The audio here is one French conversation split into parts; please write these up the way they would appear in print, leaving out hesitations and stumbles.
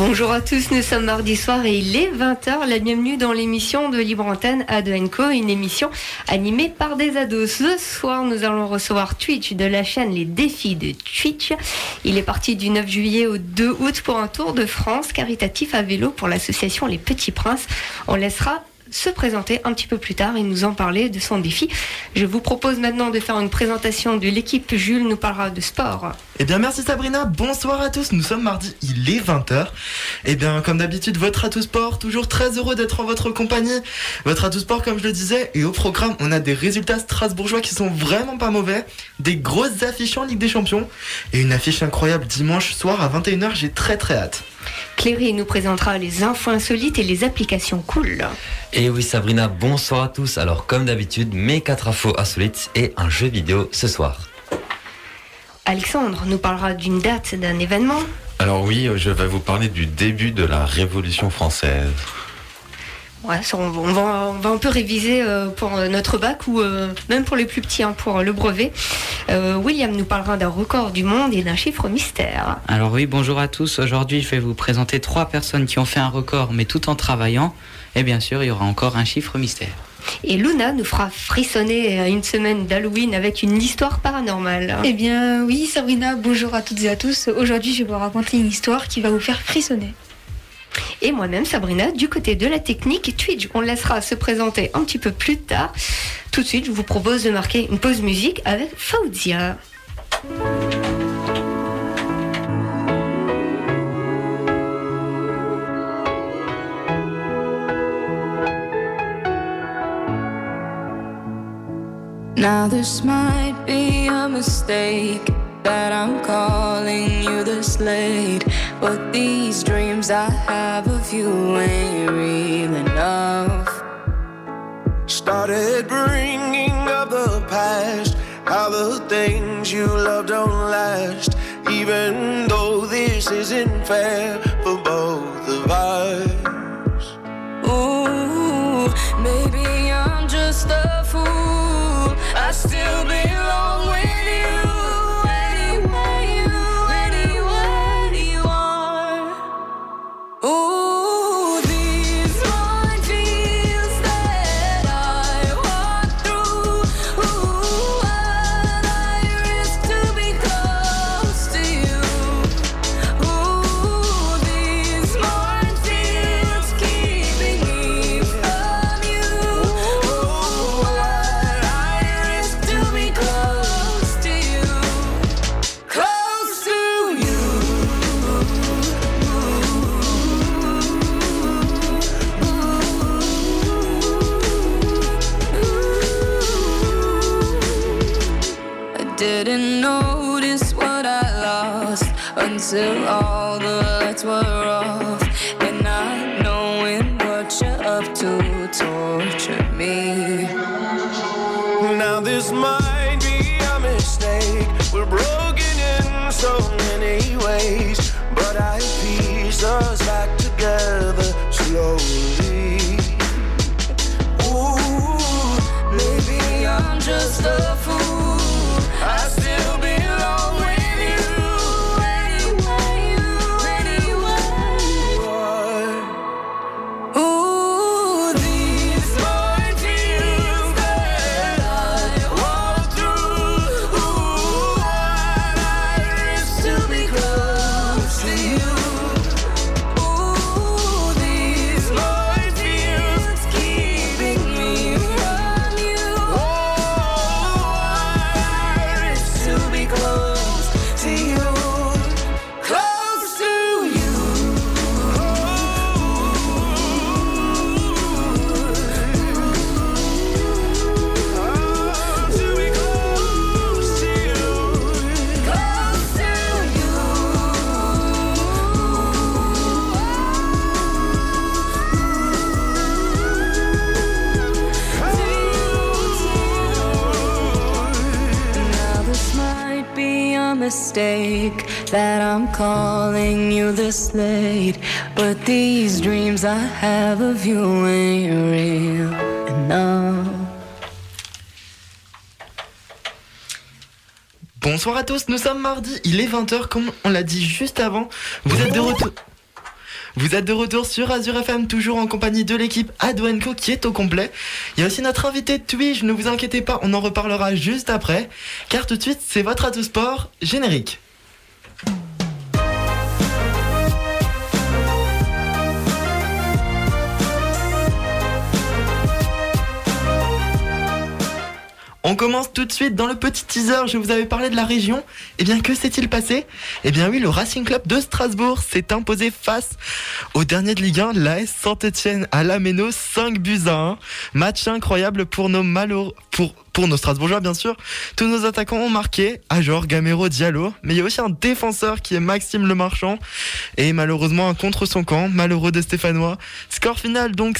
Bonjour à tous, nous sommes mardi soir et il est 20h. La bienvenue dans l'émission de Libre Antenne Ado & Co, une émission animée par des ados. Ce soir, nous allons recevoir Twitch de la chaîne Les Défis de Twitch. Il est parti du 9 juillet au 2 août pour un tour de France caritatif à vélo pour l'association Les Petits Princes. On laissera se présenter un petit peu plus tard et nous en parler de son défi. Je vous propose maintenant de faire une présentation de l'équipe. Jules nous parlera de sport. Eh bien merci Sabrina, bonsoir à tous, nous sommes mardi, il est 20h. Eh bien comme d'habitude, votre Atout Sport, toujours très heureux d'être en votre compagnie. Votre Atout Sport comme je le disais, et au programme on a des résultats strasbourgeois qui sont vraiment pas mauvais, des grosses affiches en Ligue des Champions et une affiche incroyable dimanche soir à 21h, j'ai très hâte. Cléry nous présentera les infos insolites et les applications cool. Et oui Sabrina, bonsoir à tous. Alors comme d'habitude, mes 4 infos insolites et un jeu vidéo ce soir. Alexandre nous parlera d'une date, d'un événement. Alors oui, je vais vous parler du début de la Révolution française. Ouais, on va un peu réviser pour notre bac ou même pour les plus petits, pour le brevet. William nous parlera d'un record du monde et d'un chiffre mystère. Alors oui, bonjour à tous. Aujourd'hui, je vais vous présenter 3 personnes qui ont fait un record, mais tout en travaillant. Et bien sûr, il y aura encore un chiffre mystère. Et Luna nous fera frissonner une semaine d'Halloween avec une histoire paranormale. Eh bien oui, Sabrina, bonjour à toutes et à tous. Aujourd'hui, je vais vous raconter une histoire qui va vous faire frissonner. Et moi-même, Sabrina, du côté de la technique Twitch. On laissera se présenter un petit peu plus tard. Tout de suite, je vous propose de marquer une pause musique avec Fauzia. Now this might be a mistake that I'm calling you this late, but these dreams I have of you ain't real enough. Started bringing up the past, how the things you love don't last, even though this isn't fair for both of us. Ooh, maybe I'm just a fool, I still belong with you. Didn't notice what I lost until all the lights were off, and not knowing what you're up to tortured me. Now this might be a mistake, we're broken in so many ways, but I piece us back together slowly. Ooh, maybe I'm just a fool, I still belong with you. Ooh, these minefields that I walk through. Ooh, what I risk to be close to you. Ooh, these minefields keeping me from you. Close to you, close to you. To be close to you, close to you. Now this might be a mistake that I'm calling you this late, but these dreams I have of you ain't real enough. Bonsoir à tous, nous sommes mardi, il est 20h comme on l'a dit juste avant. Vous êtes de retour. Vous êtes de retour sur Azure FM, toujours en compagnie de l'équipe Ado & Co qui est au complet. Il y a aussi notre invité Twitch, ne vous inquiétez pas, on en reparlera juste après. Car tout de suite, c'est votre Ado Sport générique. On commence tout de suite dans le petit teaser, je vous avais parlé de la région. Eh bien, que s'est-il passé ? Eh bien oui, le Racing Club de Strasbourg s'est imposé face au dernier de Ligue 1, l'AS Saint-Etienne à la Méno, 5-1. Match incroyable pour nos pour nos Strasbourgeois, bien sûr. Tous nos attaquants ont marqué, Ajor, Gamero, Diallo. Mais il y a aussi un défenseur qui est Maxime Lemarchand. Et malheureusement, un contre son camp, malheureux des Stéphanois. Score final donc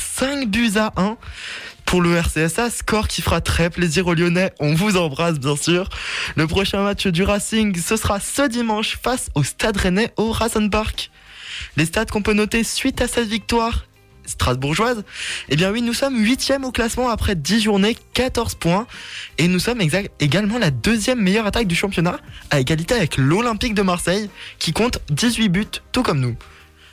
5-1. Pour le RCSA, score qui fera très plaisir aux Lyonnais. On vous embrasse, bien sûr. Le prochain match du Racing, ce sera ce dimanche face au Stade Rennais au Rasenpark. Les stats qu'on peut noter suite à cette victoire strasbourgeoise, eh bien oui, nous sommes 8e au classement après 10 journées, 14 points. Et nous sommes également la deuxième meilleure attaque du championnat, à égalité avec l'Olympique de Marseille, qui compte 18 buts, tout comme nous.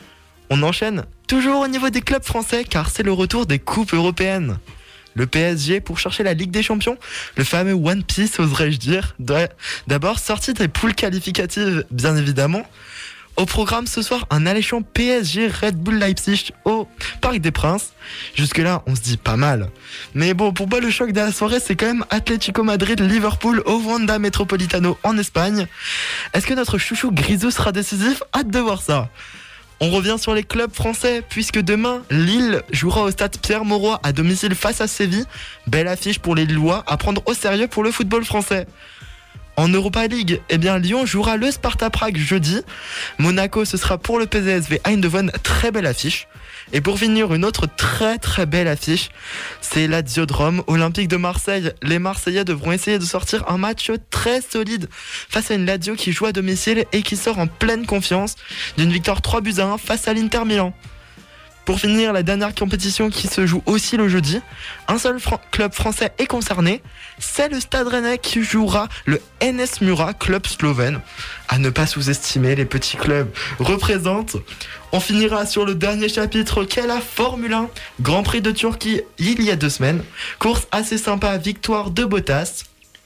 On enchaîne toujours au niveau des clubs français, car c'est le retour des coupes européennes. Le PSG pour chercher la Ligue des Champions, le fameux One Piece, oserais-je dire. D'abord, sortie des poules qualificatives, bien évidemment. Au programme ce soir, un alléchant PSG Red Bull Leipzig au Parc des Princes. Jusque-là, on se dit pas mal. Mais bon, pour moi, le choc de la soirée, c'est quand même Atlético Madrid-Liverpool au Wanda Metropolitano en Espagne. Est-ce que notre chouchou Grisou sera décisif ? Hâte de voir ça. On revient sur les clubs français, puisque demain, Lille jouera au stade Pierre-Mauroy à domicile face à Séville. Belle affiche pour les Lillois, à prendre au sérieux pour le football français. En Europa League, eh bien Lyon jouera le Sparta Prague jeudi. Monaco, ce sera pour le PSV Eindhoven, très belle affiche. Et pour finir, une autre très très belle affiche, c'est la Lazio-Rome, Olympique de Marseille. Les Marseillais devront essayer de sortir un match très solide face à une Lazio qui joue à domicile et qui sort en pleine confiance d'une victoire 3-1 face à l'Inter Milan. Pour finir, la dernière compétition qui se joue aussi le jeudi, un seul club français est concerné, c'est le Stade Rennais qui jouera le NS Mura, club slovène. À ne pas sous-estimer, les petits clubs représentent. On finira sur le dernier chapitre qu'est la Formule 1, Grand Prix de Turquie il y a 2 semaines. Course assez sympa, victoire de Bottas.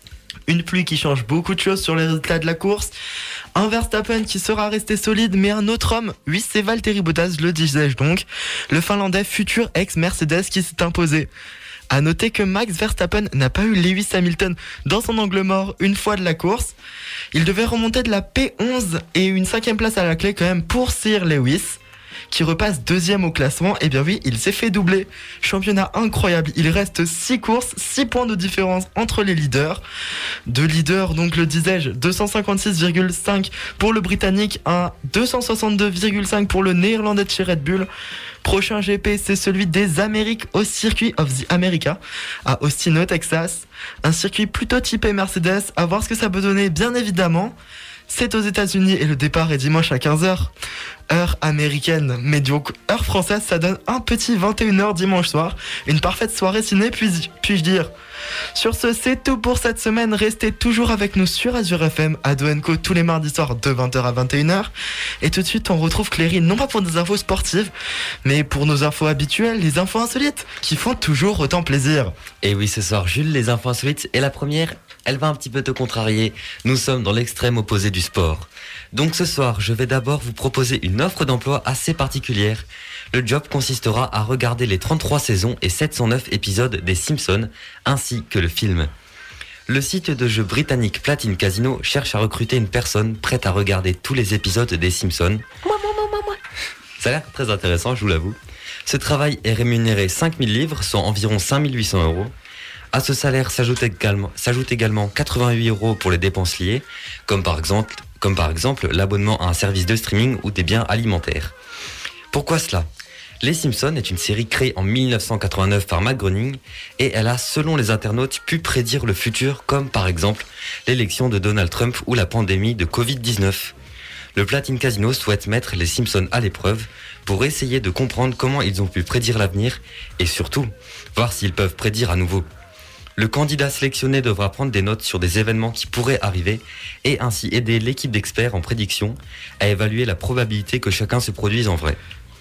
Une pluie qui change beaucoup de choses sur les résultats de la course. Un Verstappen qui sera resté solide, mais un autre homme, oui, c'est Valtteri Bottas, le disais-je donc, le Finlandais futur ex-Mercedes qui s'est imposé. À noter que Max Verstappen n'a pas eu Lewis Hamilton dans son angle mort une fois de la course. Il devait remonter de la P11 et une 5e place à la clé quand même pour Sir Lewis, qui repasse 2e au classement. Et bien oui, il s'est fait doubler. Championnat incroyable. Il reste 6 courses, 6 points de différence entre les leaders. Deux leaders, donc le disais-je, 256,5 pour le Britannique, un 262,5 pour le Néerlandais de chez Red Bull. Prochain GP, c'est celui des Amériques au Circuit of the America à Austin, au Texas. Un circuit plutôt typé Mercedes. À voir ce que ça peut donner, bien évidemment. C'est aux États-Unis et le départ est dimanche à 15h. Heure américaine, mais donc heure française, ça donne un petit 21h dimanche soir. Une parfaite soirée ciné, puis-je dire. Sur ce, c'est tout pour cette semaine. Restez toujours avec nous sur Azure FM, Ado & Co tous les mardis soirs de 20h à 21h. Et tout de suite, on retrouve Cléry, non pas pour des infos sportives, mais pour nos infos habituelles, les infos insolites, qui font toujours autant plaisir. Et oui, ce soir, Jules, les infos insolites. Et la première, elle va un petit peu te contrarier. Nous sommes dans l'extrême opposé du sport. Donc ce soir, je vais d'abord vous proposer une offre d'emploi assez particulière. Le job consistera à regarder les 33 saisons et 709 épisodes des Simpsons, ainsi que le film. Le site de jeu britannique Platin Casino cherche à recruter une personne prête à regarder tous les épisodes des Simpsons. Moi. Ça a l'air très intéressant, je vous l'avoue. Ce travail est rémunéré 5000 livres, soit environ 5800 €. À ce salaire s'ajoute également 88 € pour les dépenses liées, comme par exemple l'abonnement à un service de streaming ou des biens alimentaires. Pourquoi cela ? Les Simpsons est une série créée en 1989 par Matt Groening et elle a, selon les internautes, pu prédire le futur, comme par exemple l'élection de Donald Trump ou la pandémie de Covid-19. Le Platin Casino souhaite mettre les Simpsons à l'épreuve pour essayer de comprendre comment ils ont pu prédire l'avenir et surtout voir s'ils peuvent prédire à nouveau. Le candidat sélectionné devra prendre des notes sur des événements qui pourraient arriver et ainsi aider l'équipe d'experts en prédiction à évaluer la probabilité que chacun se produise en vrai.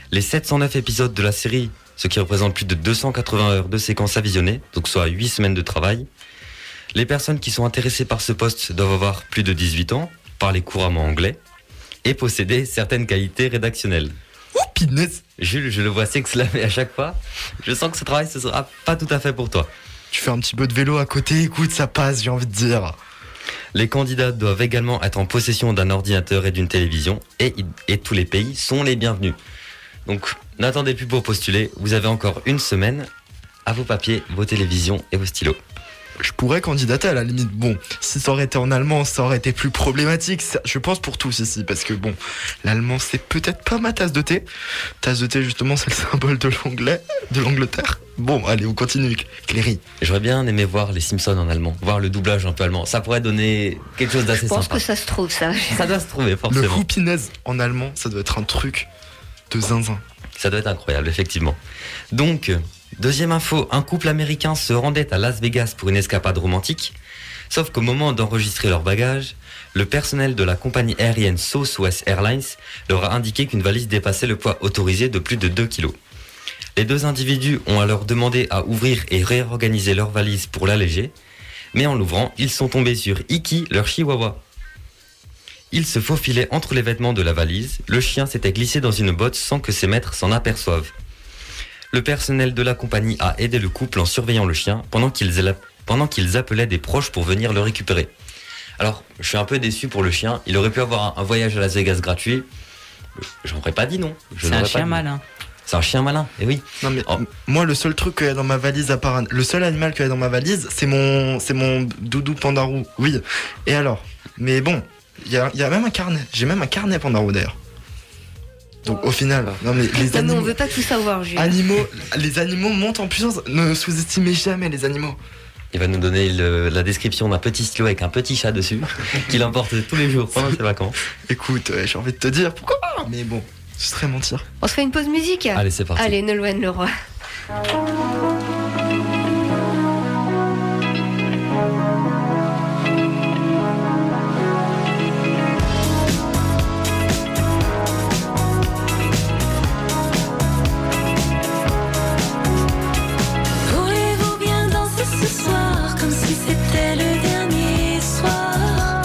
Les 709 épisodes de la série, ce qui représente plus de 280 heures de séquences à visionner, donc soit 8 semaines de travail. Les personnes qui sont intéressées par ce poste doivent avoir plus de 18 ans, parler couramment anglais et posséder certaines qualités rédactionnelles. Oh, punaise. Jules, je le vois s'exclamer à chaque fois. Je sens que ce travail, ce sera pas tout à fait pour toi. Tu fais un petit peu de vélo à côté, écoute, ça passe, j'ai envie de dire. Les candidats doivent également être en possession d'un ordinateur et d'une télévision et tous les pays sont les bienvenus. Donc, n'attendez plus pour postuler, vous avez encore une semaine à vos papiers, vos télévisions et vos stylos. Je pourrais candidater à la limite. Bon, si ça aurait été en allemand, ça aurait été plus problématique. Ça, je pense pour tous ici, parce que bon, l'allemand c'est peut-être pas ma tasse de thé. Tasse de thé justement, c'est le symbole de l'Angleterre. Bon, allez, on continue, Cléry. J'aurais bien aimé voir les Simpsons en allemand, voir le doublage un peu allemand. Ça pourrait donner quelque chose d'assez sympa. Je pense que ça se trouve, ça. Ça doit se trouver, forcément. Le houpinaise en allemand, ça doit être un truc de zinzin. Ça doit être incroyable, effectivement. Donc, deuxième info, un couple américain se rendait à Las Vegas pour une escapade romantique. Sauf qu'au moment d'enregistrer leurs bagages, le personnel de la compagnie aérienne Southwest Airlines leur a indiqué qu'une valise dépassait le poids autorisé de plus de 2 kilos. Les deux individus ont alors demandé à ouvrir et réorganiser leur valise pour l'alléger, mais en l'ouvrant, ils sont tombés sur Iki, leur chihuahua. Il se faufilait entre les vêtements de la valise, le chien s'était glissé dans une botte sans que ses maîtres s'en aperçoivent. Le personnel de la compagnie a aidé le couple en surveillant le chien pendant qu'ils appelaient des proches pour venir le récupérer. Alors, je suis un peu déçu pour le chien, il aurait pu avoir un voyage à Las Vegas gratuit, j'aurais pas dit non. C'est un chien malin. C'est un chien malin, et oui. Non mais moi le seul truc qu'il y a dans ma valise à part le seul animal qu'il y a dans ma valise, c'est mon doudou pandarou. Oui. Et alors? Mais bon, il y a même un carnet. J'ai même un carnet pandarou d'ailleurs. Donc au final, non mais les animaux. Non, on veut pas tout savoir, Jules. Les animaux montent en puissance. Ne sous-estimez jamais les animaux. Il va nous donner la description d'un petit stylo avec un petit chat dessus, qu'il emporte tous les jours pendant ses vacances. Écoute, j'ai envie de te dire pourquoi pas, mais bon. Ce serait mentir. On se fait une pause musique. Allez, c'est parti. Allez, Nolwenn Leroy. Voulez-vous bien danser ce soir comme si c'était le dernier soir?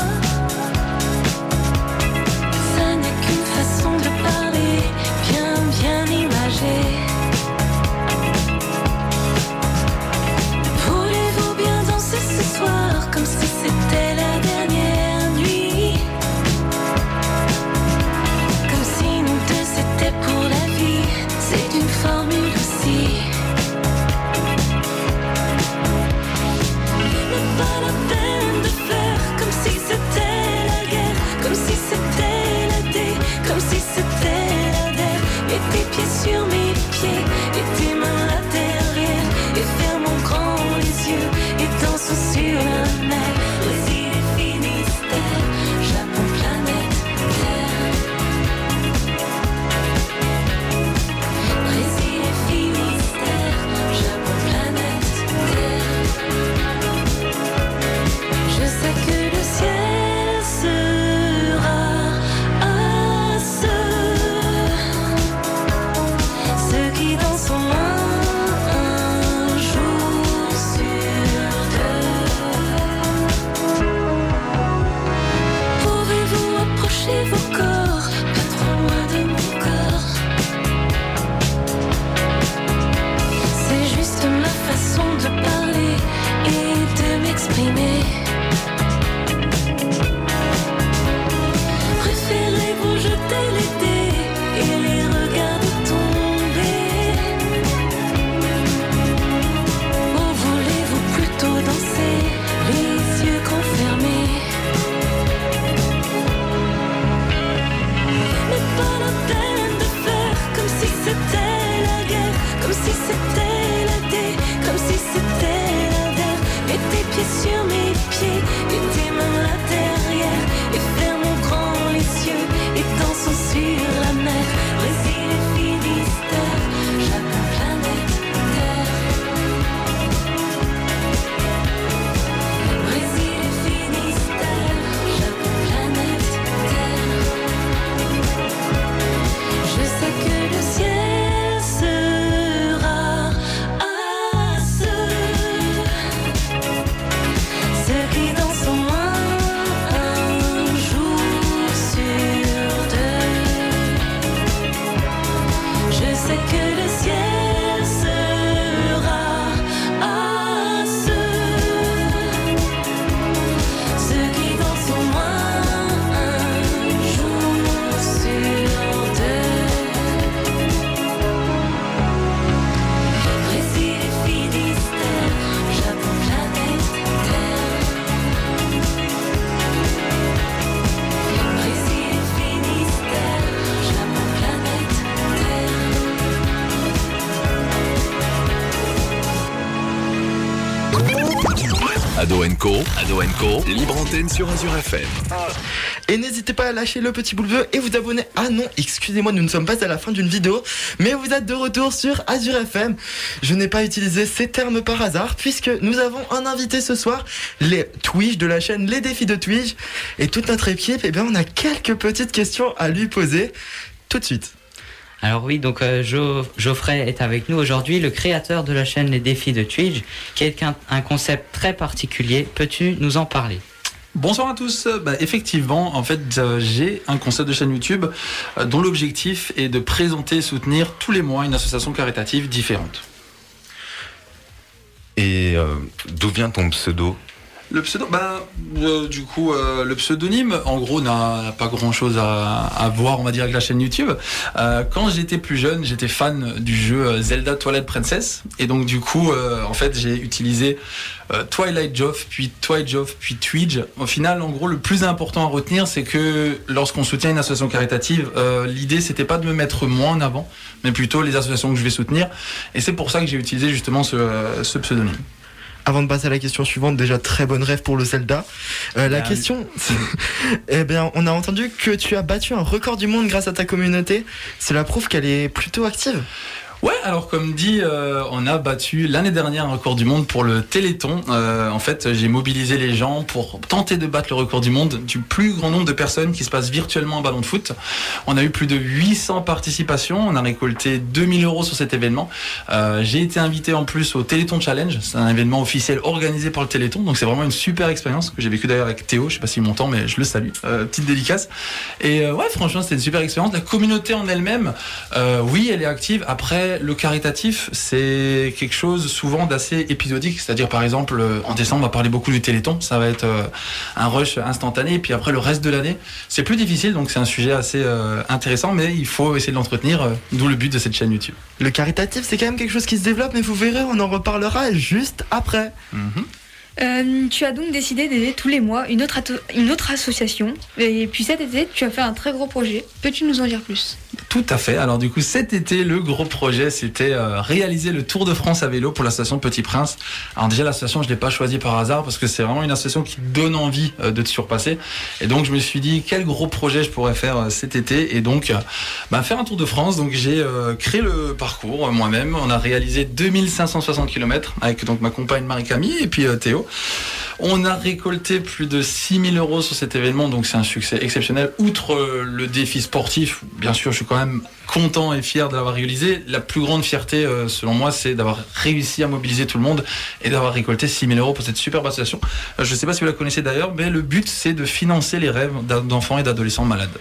Ça n'est qu'une façon de parler, bien imagée. Ado &Co, libre antenne sur Azure FM. Et n'hésitez pas à lâcher le petit boule bleu et vous abonner. Ah non, excusez-moi, nous ne sommes pas à la fin d'une vidéo, mais vous êtes de retour sur Azure FM. Je n'ai pas utilisé ces termes par hasard, puisque nous avons un invité ce soir, les Twitch de la chaîne Les Défis de Twitch. Et toute notre équipe, eh bien, on a quelques petites questions à lui poser tout de suite. Alors oui, donc Geoffrey est avec nous aujourd'hui, le créateur de la chaîne Les Défis de Twitch, qui est un concept très particulier. Peux-tu nous en parler ? Bonsoir à tous. Effectivement, en fait, j'ai un concept de chaîne YouTube dont l'objectif est de présenter et soutenir tous les mois une association caritative différente. Et d'où vient ton pseudo ? Le pseudo, le pseudonyme, en gros, n'a pas grand-chose à voir, on va dire, avec la chaîne YouTube. Quand j'étais plus jeune, j'étais fan du jeu Zelda Twilight Princess, et donc du coup, en fait, j'ai utilisé Twilight Joff, puis Twitch. Au final, en gros, le plus important à retenir, c'est que lorsqu'on soutient une association caritative, l'idée, c'était pas de me mettre moi en avant, mais plutôt les associations que je vais soutenir, et c'est pour ça que j'ai utilisé justement ce pseudonyme. Avant de passer à la question suivante, déjà très bonne rêve pour le Zelda. La question, eh bien, on a entendu que tu as battu un record du monde grâce à ta communauté. Cela prouve qu'elle est plutôt active. Ouais, alors comme dit, on a battu l'année dernière un record du monde pour le Téléthon. En fait, j'ai mobilisé les gens pour tenter de battre le record du monde du plus grand nombre de personnes qui se passent virtuellement un ballon de foot. On a eu plus de 800 participations, on a récolté 2000 € sur cet événement. J'ai été invité en plus au Téléthon Challenge, c'est un événement officiel organisé par le Téléthon, donc c'est vraiment une super expérience que j'ai vécu d'ailleurs avec Théo, je sais pas s'il m'entend mais je le salue, petite dédicace. Et ouais, franchement c'était une super expérience. La communauté en elle-même, oui elle est active. Après le caritatif, c'est quelque chose souvent d'assez épisodique, c'est-à-dire par exemple en décembre on va parler beaucoup du Téléthon, ça va être un rush instantané, et puis après le reste de l'année c'est plus difficile, donc c'est un sujet assez intéressant, mais il faut essayer de l'entretenir, d'où le but de cette chaîne YouTube. Le caritatif c'est quand même quelque chose qui se développe, mais vous verrez, on en reparlera juste après. Tu as donc décidé d'aider tous les mois une autre association, et puis cet été tu as fait un très gros projet. Peux-tu nous en dire plus ? Tout à fait. Alors du coup cet été le gros projet c'était réaliser le Tour de France à vélo pour l'association Petit Prince. Alors déjà l'association je l'ai pas choisie par hasard parce que c'est vraiment une association qui donne envie de te surpasser, et donc je me suis dit quel gros projet je pourrais faire cet été, et donc faire un Tour de France. Donc j'ai créé le parcours moi-même. On a réalisé 2560 km avec donc ma compagne Marie-Camille et puis Théo. On a récolté plus de 6000 € sur cet événement, donc c'est un succès exceptionnel. Outre le défi sportif, bien sûr, je suis quand même content et fier de l'avoir réalisé. La plus grande fierté, selon moi, c'est d'avoir réussi à mobiliser tout le monde et d'avoir récolté 6000 € pour cette superbe association. Je ne sais pas si vous la connaissez d'ailleurs, mais le but, c'est de financer les rêves d'enfants et d'adolescents malades.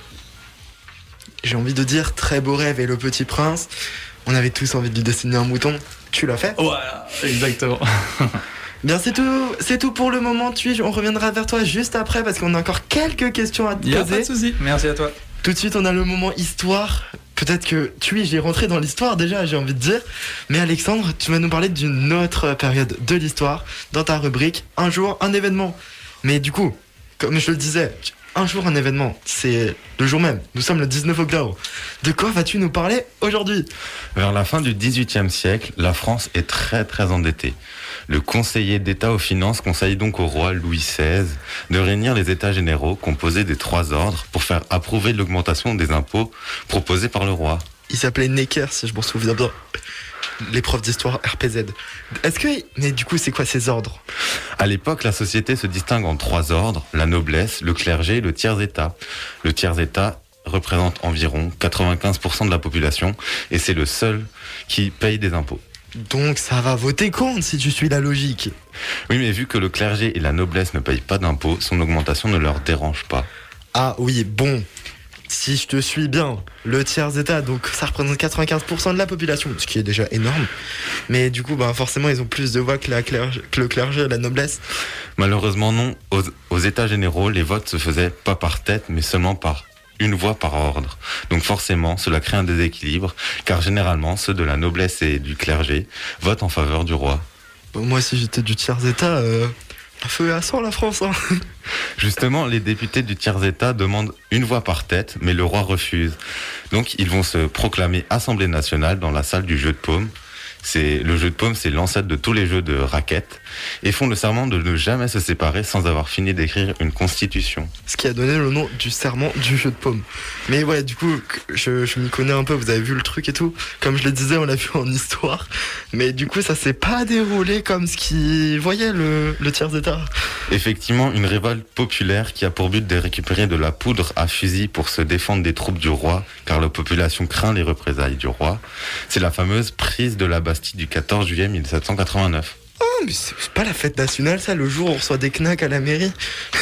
J'ai envie de dire très beau rêve, et le Petit Prince, on avait tous envie de lui dessiner un mouton. Tu l'as fait ? Voilà, exactement. Bien, c'est tout pour le moment, Twitch. On reviendra vers toi juste après parce qu'on a encore quelques questions à te poser. Y a pas de souci. Merci à toi. Tout de suite, on a le moment histoire. Peut-être que Twitch est rentré dans l'histoire déjà, j'ai envie de dire. Mais Alexandre, tu vas nous parler d'une autre période de l'histoire dans ta rubrique Un jour, un événement. Mais du coup, comme je le disais, un jour, un événement, c'est le jour même. Nous sommes le 19 octobre. De quoi vas-tu nous parler aujourd'hui ? Vers la fin du XVIIIe siècle, la France est très très endettée. Le conseiller d'État aux finances conseille donc au roi Louis XVI de réunir les États généraux composés des 3 ordres pour faire approuver l'augmentation des impôts proposée par le roi. Il s'appelait Necker, si je m'en souviens bien. L'épreuve d'histoire RPZ. Mais du coup, c'est quoi ces ordres ? À l'époque, la société se distingue en 3 ordres, la noblesse, le clergé et le tiers-État. Le tiers-État représente environ 95% de la population et c'est le seul qui paye des impôts. Donc ça va voter contre si tu suis la logique. Oui, mais vu que le clergé et la noblesse ne payent pas d'impôts, son augmentation ne leur dérange pas. Ah oui, bon, si je te suis bien, le tiers-État, donc ça représente 95% de la population, ce qui est déjà énorme. Mais du coup, forcément, ils ont plus de voix que le clergé et la noblesse. Malheureusement non, aux États généraux, les votes se faisaient pas par tête, mais seulement par une voix par ordre. Donc forcément, cela crée un déséquilibre, car généralement, ceux de la noblesse et du clergé votent en faveur du roi. Moi, si j'étais du tiers-État, à feu et à sang la France. Hein. Justement, les députés du tiers-État demandent une voix par tête, mais le roi refuse. Donc ils vont se proclamer Assemblée nationale dans la salle du jeu de paume. Le jeu de paume, c'est l'ancêtre de tous les jeux de raquettes. et font le serment de ne jamais se séparer sans avoir fini d'écrire une constitution. Ce qui a donné le nom du serment du jeu de paume. Mais ouais, du coup, je m'y connais un peu, vous avez vu le truc et tout. Comme je le disais, on l'a vu en histoire. Mais du coup, ça s'est pas déroulé comme ce qui voyait le tiers-état. Effectivement, une révolte populaire qui a pour but de récupérer de la poudre à fusil pour se défendre des troupes du roi, car la population craint les représailles du roi. C'est la fameuse prise de la Bastille du 14 juillet 1789. Oh, mais c'est pas la fête nationale, ça, le jour où on reçoit des knacks à la mairie?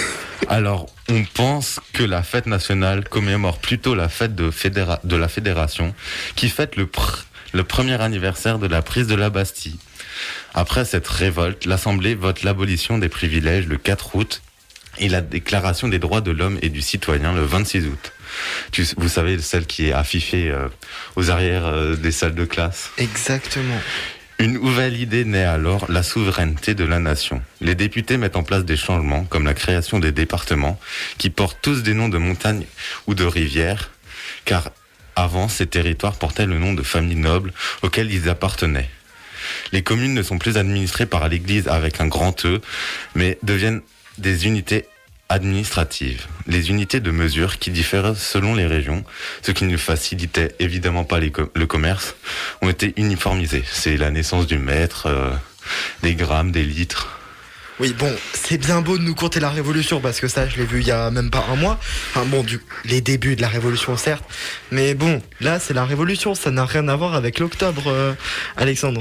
Alors, on pense que la fête nationale commémore plutôt la fête de la Fédération, qui fête le premier anniversaire de la prise de la Bastille. Après cette révolte, l'Assemblée vote l'abolition des privilèges le 4 août et la déclaration des droits de l'homme et du citoyen le 26 août. Vous savez, celle qui est affichée aux arrières des salles de classe. Exactement. Une nouvelle idée naît alors, la souveraineté de la nation. Les députés mettent en place des changements, comme la création des départements, qui portent tous des noms de montagnes ou de rivières, car avant, ces territoires portaient le nom de familles nobles auxquelles ils appartenaient. Les communes ne sont plus administrées par l'Église avec un grand E, mais deviennent des unités administratives. Les unités de mesure qui diffèrent selon les régions, ce qui ne facilitait évidemment pas le commerce, ont été uniformisées. C'est la naissance du mètre, des grammes, des litres. Oui, bon, c'est bien beau de nous conter la Révolution, parce que ça, je l'ai vu il y a même pas un mois. Enfin bon, les débuts de la Révolution, certes. Mais bon, là, c'est la Révolution, ça n'a rien à voir avec l'octobre, Alexandre.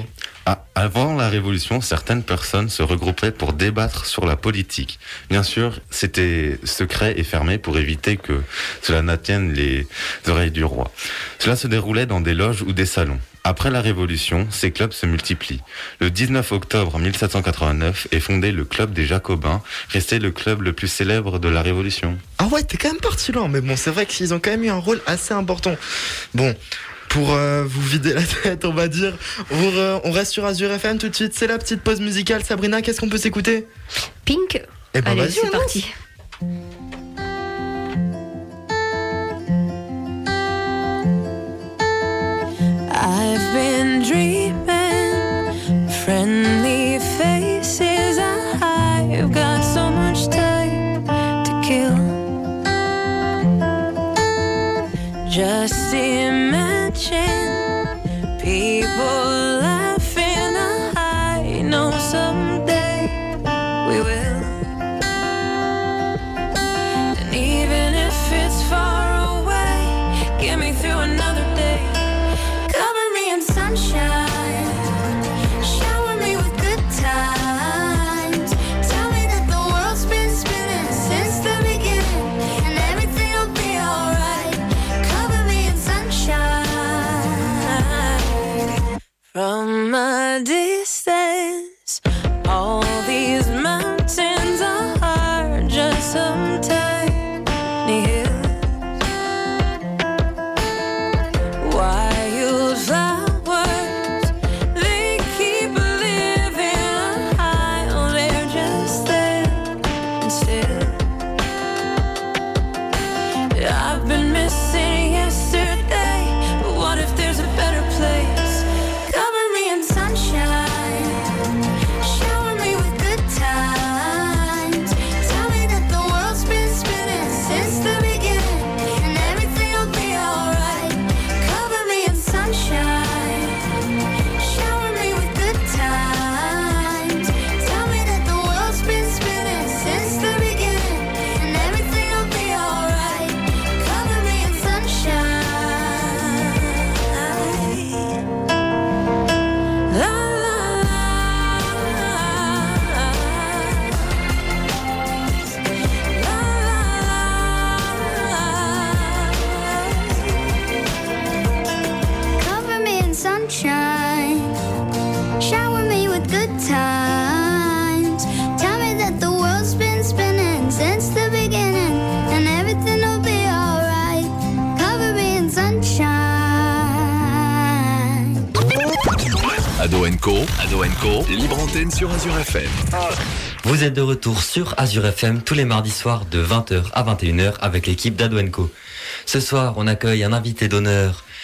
Avant la Révolution, certaines personnes se regroupaient pour débattre sur la politique. Bien sûr, c'était secret et fermé pour éviter que cela n'atteigne les oreilles du roi. Cela se déroulait dans des loges ou des salons. Après la Révolution, ces clubs se multiplient. Le 19 octobre 1789 est fondé le Club des Jacobins, resté le club le plus célèbre de la Révolution. Ah ouais, t'es quand même parti là, mais bon, c'est vrai qu'ils ont quand même eu un rôle assez important. Bon, pour vous vider la tête, on va dire, on reste sur Azure FM tout de suite, c'est la petite pause musicale. Sabrina, qu'est-ce qu'on peut s'écouter? Pink. Eh ben, allez, vas-y, c'est parti. I've been dreaming, friendly faces. I've got so much time to kill. Just imagine people laughing. I know someday we will. And even if it's far away, get me through another day. Sunshine, shower me with good times. Tell me that the world's been spinning since the beginning, and everything will be alright. Cover me in sunshine. From a distance, all these mountains are just some tiny hills. Wildflowers, Ado & Co, libre antenne sur Azure FM. Vous êtes de retour sur Azure FM tous les mardis soirs de 20h à 21h avec l'équipe d'Ado & Co. Ce soir, on accueille un invité d'honneur,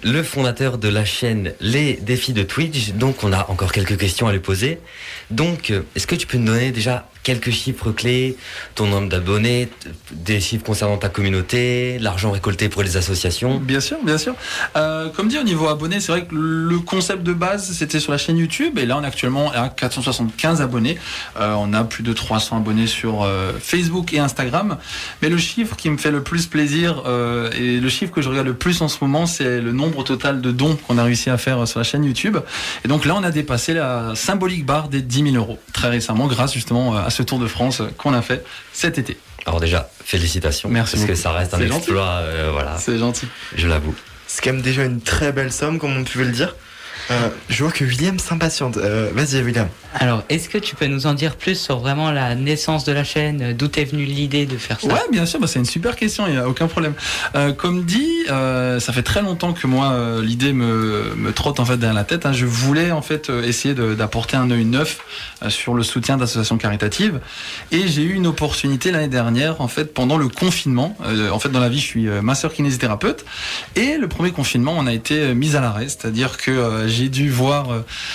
le fondateur de la chaîne Les Défis de Twitch. Donc, on a encore quelques questions à lui poser. Donc, est-ce que tu peux nous donner déjà quelques chiffres clés, ton nombre d'abonnés, des chiffres concernant ta communauté, l'argent récolté pour les associations? Bien sûr, bien sûr. Comme dit, au niveau abonnés, c'est vrai que le concept de base, c'était sur la chaîne YouTube. Et là, on est actuellement à 475 abonnés. On a plus de 300 abonnés sur Facebook et Instagram. Mais le chiffre qui me fait le plus plaisir et le chiffre que je regarde le plus en ce moment, c'est le nombre total de dons qu'on a réussi à faire sur la chaîne YouTube. Et donc là, on a dépassé la symbolique barre des 10 000 euros très récemment, grâce justement à ce Tour de France qu'on a fait cet été. Alors déjà, félicitations. Merci parce beaucoup. que ça reste un C'est exploit. Voilà. C'est gentil. Je l'avoue. C'est quand même déjà une très belle somme, comme on pouvait le dire. Je vois que William s'impatiente. Vas-y, William. Alors, est-ce que tu peux nous en dire plus sur vraiment la naissance de la chaîne, d'où est venue l'idée de faire ça? Ouais, bien sûr, c'est une super question, il n'y a aucun problème. Comme dit, ça fait très longtemps que moi, l'idée me trotte en fait derrière la tête. Je voulais en fait essayer d'apporter un œil neuf sur le soutien d'associations caritatives. Et j'ai eu une opportunité l'année dernière, en fait, pendant le confinement. En fait, dans la vie, je suis masseur kinésithérapeute. Et le premier confinement, on a été mis à l'arrêt. C'est-à-dire que j'ai dû voir,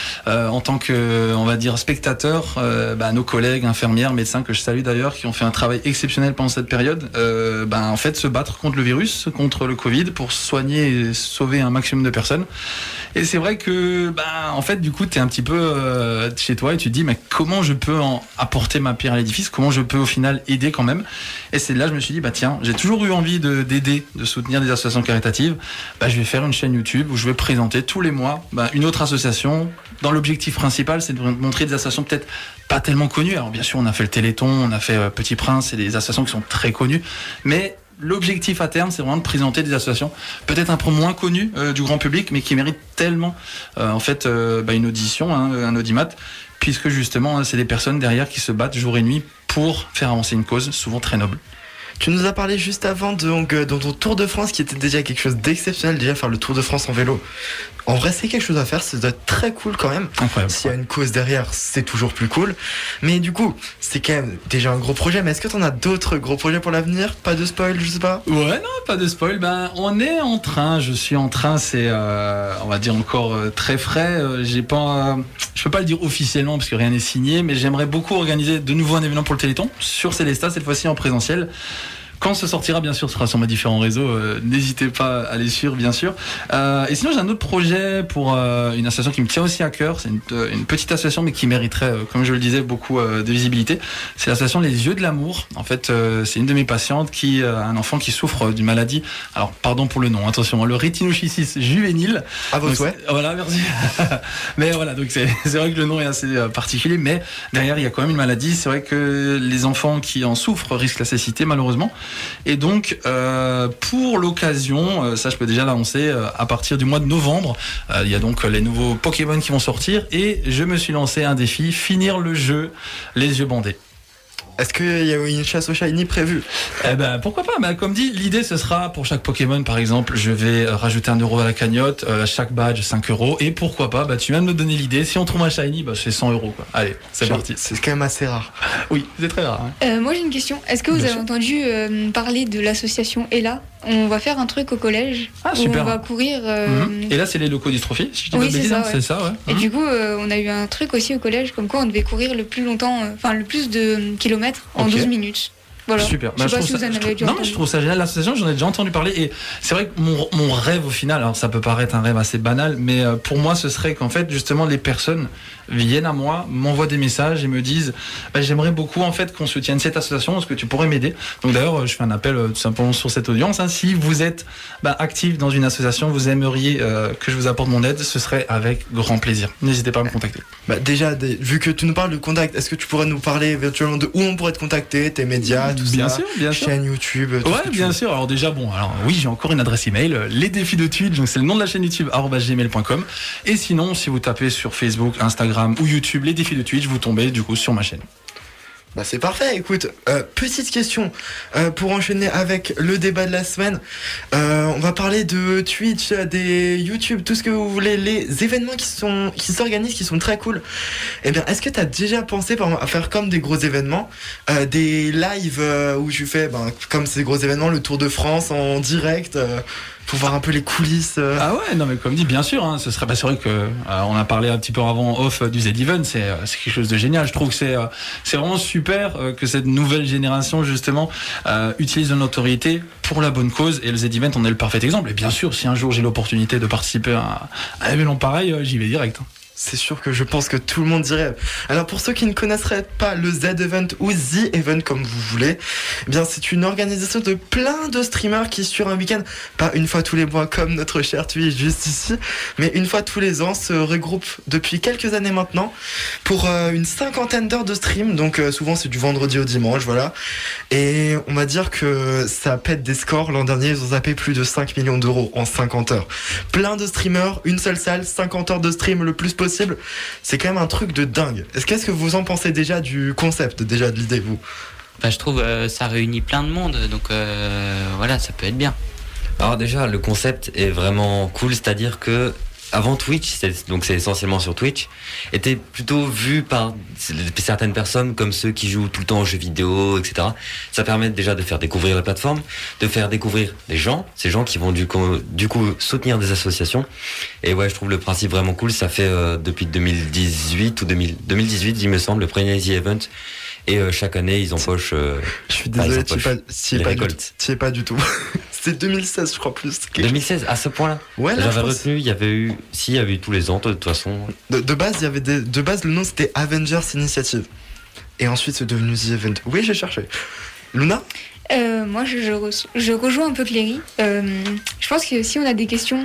en tant que, on va dire, spectateurs, nos collègues, infirmières, médecins que je salue d'ailleurs, qui ont fait un travail exceptionnel pendant cette période, en fait se battre contre le virus, contre le Covid, pour soigner et sauver un maximum de personnes. Et c'est vrai que, en fait, du coup, t'es un petit peu chez toi et tu te dis, mais comment je peux apporter ma pierre à l'édifice, comment je peux au final aider quand même. Et c'est là je me suis dit, tiens, j'ai toujours eu envie d'aider, de soutenir des associations caritatives. Je vais faire une chaîne YouTube où je vais présenter tous les mois une autre association. Dans l'objectif principal, c'est de montrer des associations peut-être pas tellement connues. Alors bien sûr, on a fait le Téléthon, on a fait Petit Prince, c'est des associations qui sont très connues, mais l'objectif à terme, c'est vraiment de présenter des associations peut-être un peu moins connues du grand public, mais qui méritent tellement une audition, un audimat, puisque justement, c'est des personnes derrière qui se battent jour et nuit pour faire avancer une cause souvent très noble. Tu nous as parlé juste avant de ton Tour de France qui était déjà quelque chose d'exceptionnel, déjà faire le Tour de France en vélo. En vrai, c'est quelque chose à faire, ça doit être très cool quand même. Incroyable. S'il y a une cause derrière, c'est toujours plus cool. Mais du coup, c'est quand même déjà un gros projet. Mais est-ce que tu en as d'autres gros projets pour l'avenir? Pas de spoil, je sais pas. Ouais, non, pas de spoil. On est en train, je suis en train, c'est, on va dire encore très frais. Je peux pas le dire officiellement parce que rien n'est signé, mais j'aimerais beaucoup organiser de nouveau un événement pour le Téléthon sur Célestat, cette fois-ci en présentiel. Quand ce sortira, bien sûr, ce sera sur mes différents réseaux. N'hésitez pas à aller suivre, bien sûr. Et sinon, j'ai un autre projet pour une association qui me tient aussi à cœur. C'est une petite association, mais qui mériterait, comme je le disais, beaucoup de visibilité. C'est l'association Les Yeux de l'Amour. En fait, c'est une de mes patientes qui a un enfant qui souffre d'une maladie. Alors, pardon pour le nom, attention, le rétinochisis juvénile. À vos souhaits. Voilà, merci. Mais voilà, donc c'est vrai que le nom est assez particulier, mais derrière, il y a quand même une maladie. C'est vrai que les enfants qui en souffrent risquent la cécité, malheureusement. Et donc, pour l'occasion, ça je peux déjà l'annoncer, à partir du mois de novembre, il y a donc les nouveaux Pokémon qui vont sortir et je me suis lancé un défi, finir le jeu les yeux bandés. Est-ce qu'il y a une chasse au shiny prévue? Pourquoi pas, comme dit, l'idée ce sera pour chaque Pokémon par exemple, je vais rajouter 1 euro à la cagnotte, chaque badge 5 euros et pourquoi pas, tu viens de me donner l'idée, si on trouve un shiny, c'est 100 euros quoi. Allez, c'est parti. C'est quand même assez rare. Oui, c'est très rare. Moi j'ai une question, est-ce que vous avez entendu parler de l'association Ella? On va faire un truc au collège où super. on va courir. Et là c'est les locaux dystrophies, si je dis Oui, pas de bêtises, ça, c'est ça, ouais. Et du coup, on a eu un truc aussi au collège, comme quoi on devait courir le plus longtemps, le plus de kilomètres en 12 minutes. Voilà. Super. Je sais pas si vous en avez déjà entendu. Je trouve ça génial. L'association, j'en ai déjà entendu parler. Et c'est vrai que mon rêve au final, alors ça peut paraître un rêve assez banal, mais pour moi, ce serait qu'en fait, justement, les personnes viennent à moi, m'envoient des messages et me disent j'aimerais beaucoup en fait qu'on soutienne cette association, est-ce que tu pourrais m'aider? Donc d'ailleurs, je fais un appel tout simplement sur cette audience. Si vous êtes actif dans une association, vous aimeriez que je vous apporte mon aide, ce serait avec grand plaisir. N'hésitez pas à me contacter. Déjà, vu que tu nous parles de contact, est-ce que tu pourrais nous parler éventuellement de où on pourrait te contacter, tes médias, tout bien ça, sûr, bien chaîne YouTube, tout ouais, bien sûr. Alors déjà, oui, j'ai encore une adresse email, les défis de Twitch, donc c'est le nom de la chaîne YouTube @gmail.com. Et sinon, si vous tapez sur Facebook, Instagram ou YouTube les défis de Twitch, vous tombez du coup sur ma chaîne. C'est parfait. Écoute, petite question pour enchaîner avec le débat de la semaine. On va parler de Twitch, des YouTube, tout ce que vous voulez, les événements qui s'organisent, qui sont très cool. Eh bien, est-ce que tu as déjà pensé par exemple, à faire comme des gros événements, des lives où tu fais comme ces gros événements, le Tour de France en direct, pour voir un peu les coulisses. Ah ouais, non mais comme dit, bien sûr, ce serait, c'est vrai que on a parlé un petit peu avant off du Z-Event, c'est quelque chose de génial. Je trouve que c'est vraiment super que cette nouvelle génération justement utilise notre notoriété pour la bonne cause, et le Z-Event en est le parfait exemple. Et bien sûr, si un jour j'ai l'opportunité de participer à un événement pareil, j'y vais direct. C'est sûr que je pense que tout le monde dirait. Alors pour ceux qui ne connaisseraient pas le Z-Event ou The Event comme vous voulez, eh bien c'est une organisation de plein de streamers qui sur un week-end, pas une fois tous les mois comme notre cher Twitch juste ici, mais une fois tous les ans se regroupent depuis quelques années maintenant pour une 50aine d'heures de stream, donc souvent c'est du vendredi au dimanche, voilà. Et on va dire que ça pète des scores. L'an dernier ils ont zappé plus de 5 millions d'euros en 50 heures. Plein de streamers, une seule salle, 50 heures de stream le plus possible. C'est quand même un truc de dingue. Qu'est-ce que vous en pensez déjà du concept, déjà de l'idée, vous ? Je trouve ça réunit plein de monde, donc voilà, ça peut être bien. Alors déjà, le concept est vraiment cool, c'est-à-dire que avant Twitch, donc c'est essentiellement sur Twitch, était plutôt vu par certaines personnes comme ceux qui jouent tout le temps aux jeux vidéo, etc. Ça permet déjà de faire découvrir la plateforme, de faire découvrir les gens, ces gens qui vont du coup soutenir des associations. Et ouais, je trouve le principe vraiment cool. Ça fait depuis 2018 ou 2018, il me semble, le premier The Event. Et chaque année, ils empochent. Je suis désolé, tu n'y es pas du tout. C'est 2016, je crois, plus. 2016, à ce point-là. Ouais, là, j'avais retenu, il y avait eu tous les ans, de toute façon. De base, le nom c'était Avengers Initiative. Et ensuite, c'est devenu The Event. Oui, j'ai cherché. Luna ? Moi, je rejoins un peu Cléry. Je pense que si on a des questions,